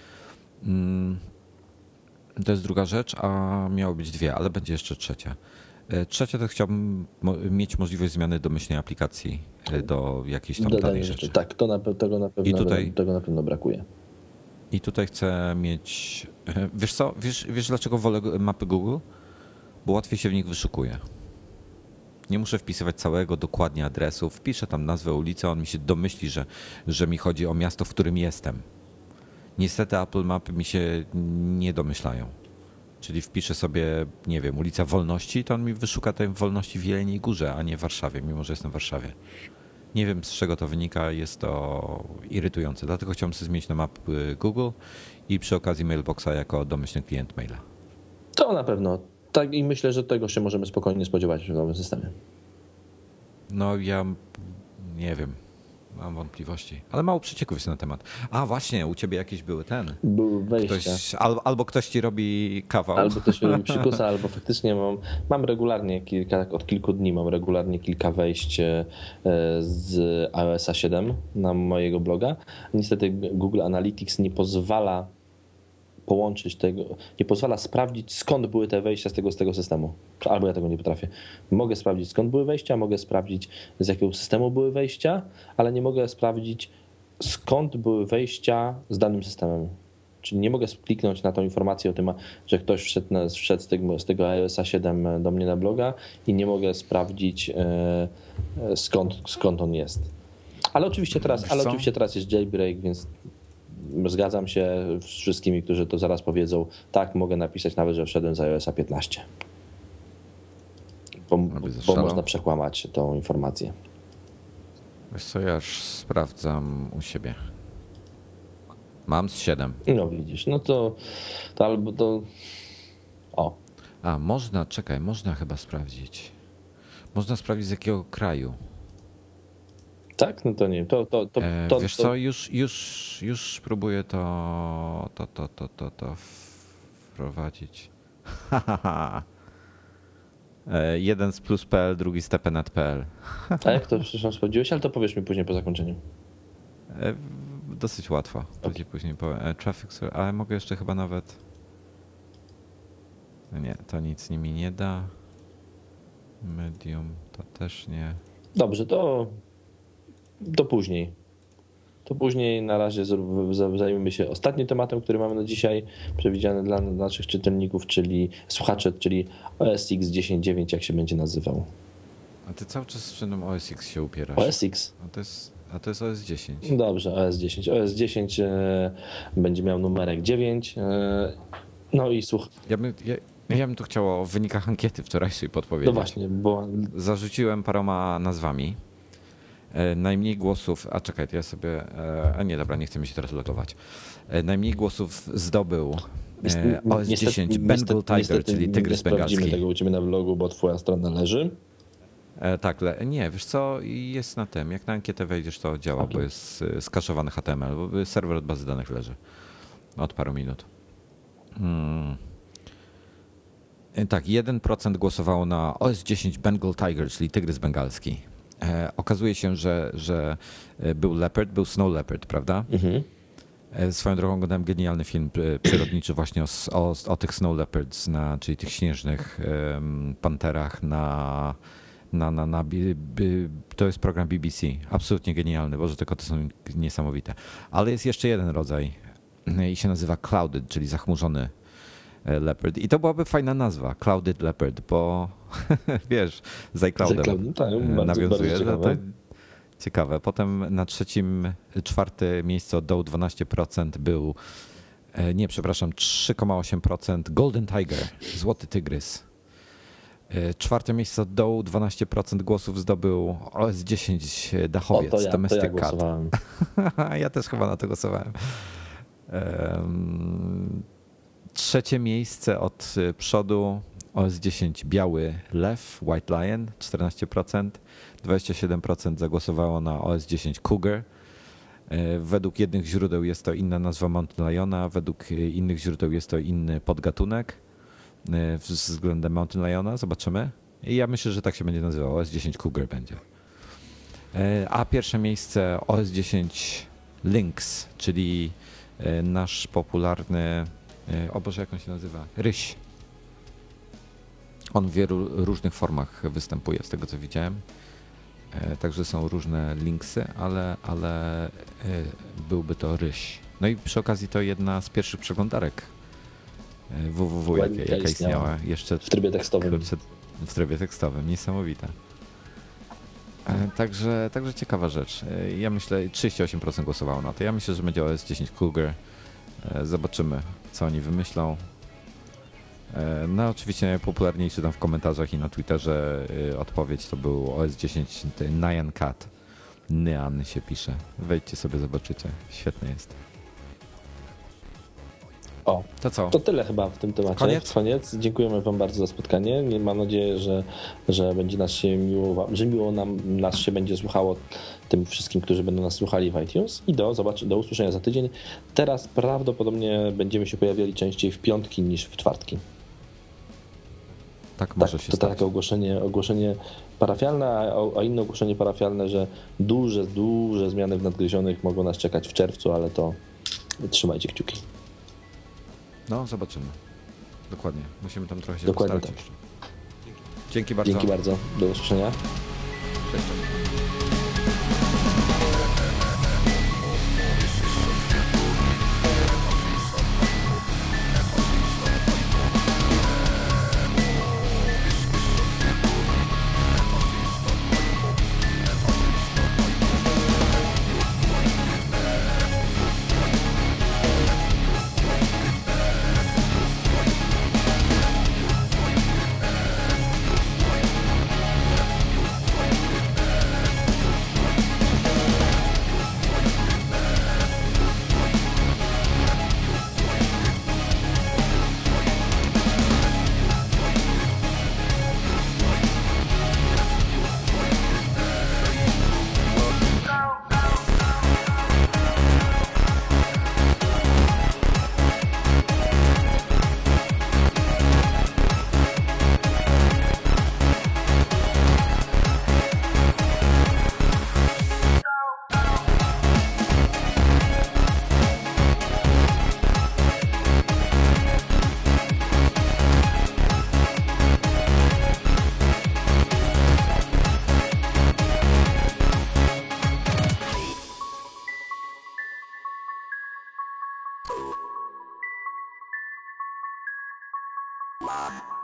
To jest druga rzecz, a miało być dwie, ale będzie jeszcze trzecia. Trzecia to chciałbym mieć możliwość zmiany domyślnej aplikacji do jakiejś tam danej rzeczy. Tak, tego na pewno brakuje. I tutaj chcę mieć... Wiesz co? Wiesz dlaczego wolę mapy Google? Bo łatwiej się w nich wyszukuje. Nie muszę wpisywać całego dokładnie adresu. Wpiszę tam nazwę ulicy, on mi się domyśli, że mi chodzi o miasto, w którym jestem. Niestety Apple Mapy mi się nie domyślają. Czyli wpiszę sobie, nie wiem, ulica Wolności, to on mi wyszuka tej Wolności w Jeleniej Górze, a nie w Warszawie, mimo że jestem w Warszawie. Nie wiem, z czego to wynika, jest to irytujące. Dlatego chciałbym sobie zmienić na mapy Google i przy okazji Mailboxa jako domyślny klient maila. To na pewno. Tak i myślę, że tego się możemy spokojnie spodziewać w nowym systemie. No ja nie wiem, mam wątpliwości, ale mało przecieków jest na temat. A właśnie, u ciebie jakieś były Były wejścia. Albo ktoś ci robi kawał. Albo ktoś mi robi psikusa, albo faktycznie mam regularnie od kilku dni mam regularnie kilka wejść z iOS 7 na mojego bloga. Niestety Google Analytics nie pozwala połączyć tego, nie pozwala sprawdzić, skąd były te wejścia z tego systemu. Albo ja tego nie potrafię. Mogę sprawdzić, skąd były wejścia, mogę sprawdzić, z jakiego systemu były wejścia, ale nie mogę sprawdzić, skąd były wejścia z danym systemem. Czyli nie mogę kliknąć na tą informację o tym, że ktoś wszedł z tego iOS 7 do mnie na bloga i nie mogę sprawdzić, skąd on jest. Ale oczywiście teraz jest jailbreak, więc zgadzam się z wszystkimi, którzy to zaraz powiedzą, tak, mogę napisać nawet, że wszedłem z iOS 15. Bo można przekłamać tą informację. Wiesz co, ja już sprawdzam u siebie. Mam z 7. No widzisz, no to albo to... O. A, można chyba sprawdzić. Można sprawdzić z jakiego kraju. Tak? No to nie. Wiesz co, już próbuję to wprowadzić. Jeden z plus.pl, drugi z tpnet.pl. A jak to przepraszam sprawdziłeś? Ale to powiesz mi później po zakończeniu. Dosyć łatwo. Okay. Później powiem. Traffic, ale mogę jeszcze chyba nawet... Nie, to nic mi nie da. Medium to też nie. Dobrze, to później. To później na razie zajmiemy się ostatnim tematem, który mamy na dzisiaj, przewidziany dla naszych czytelników, czyli słuchaczy, czyli OS X 10.9, jak się będzie nazywał. A ty cały czas z sprzętem OS X się upierasz. OS X. A to jest OS 10. Dobrze, OS 10. OS 10 będzie miał numerek 9. No i słuchaj. Ja bym tu chciał o wynikach ankiety wczorajszej podpowiedzieć. No właśnie, bo... Zarzuciłem paroma nazwami. Najmniej głosów, a czekaj, to ja sobie, a nie, dobra, nie chcę mi się teraz logować. Najmniej głosów zdobył OS 10 Bengal Tiger, czyli tygrys bengalski. Nie sprawdzimy tego u ciebie na blogu, bo twoja strona leży. Tak, nie, wiesz co, jest na tym, jak na ankietę wejdziesz, to działa, bo jest skaszowany HTML, bo serwer od bazy danych leży od paru minut. Tak, 1% głosowało na OS 10 Bengal Tiger, czyli tygrys bengalski. Okazuje się, że był Leopard, był Snow Leopard, prawda? Mhm. Swoją drogą oglądałem genialny film przyrodniczy właśnie o tych Snow Leopards, czyli tych śnieżnych panterach na To jest program BBC. Absolutnie genialny. Boże, te koty są niesamowite. Ale jest jeszcze jeden rodzaj i się nazywa Clouded, czyli zachmurzony leopard. I to byłaby fajna nazwa, Clouded Leopard, bo wiesz, z iCloudem tak, nawiązuje. bardzo To ciekawe. Potem na czwarte miejsce od dołu 12% był, nie, przepraszam, 3,8% Golden Tiger, Złoty Tygrys. Czwarte miejsce od dołu, 12% głosów zdobył OS10 Dachowiec, Domestic Cat. Ja też chyba na to głosowałem. Trzecie miejsce od przodu OS10 Biały Lew, White Lion, 14%. 27% zagłosowało na OS10 Cougar. Według jednych źródeł jest to inna nazwa Mountain Liona, według innych źródeł jest to inny podgatunek względem Mountain Liona. Zobaczymy. I ja myślę, że tak się będzie nazywał. OS10 Cougar będzie. A pierwsze miejsce OS10 Lynx, czyli nasz popularny, o Boże, jak on się nazywa? Ryś. On w wielu różnych formach występuje, z tego co widziałem. Także są różne linksy, ale byłby to ryś. No i przy okazji to jedna z pierwszych przeglądarek www, jaka istniała jeszcze w trybie tekstowym. W trybie tekstowym, niesamowite. Także ciekawa rzecz. Ja myślę, 38% głosowało na to. Ja myślę, że będzie OS10 Cougar. Zobaczymy, co oni wymyślą. No oczywiście najpopularniejszy tam w komentarzach i na Twitterze odpowiedź to był OS10 Nyan Cat. Nyan się pisze. Wejdźcie sobie, zobaczycie. Świetny jest. O, to co? To tyle chyba w tym temacie. Koniec. Dziękujemy wam bardzo za spotkanie. Mam nadzieję, że będzie nas się że miło nas się będzie słuchało tym wszystkim, którzy będą nas słuchali w iTunes i do usłyszenia za tydzień. Teraz prawdopodobnie będziemy się pojawiali częściej w piątki niż w czwartki. Tak może się stać. To takie ogłoszenie parafialne, a inne ogłoszenie parafialne, że duże zmiany w Nadgryzionych mogą nas czekać w czerwcu, ale to trzymajcie kciuki. No, zobaczymy. Dokładnie. Musimy tam trochę się postarać jeszcze. Dzięki bardzo. Dzięki bardzo. Do usłyszenia. Cześć. Lock.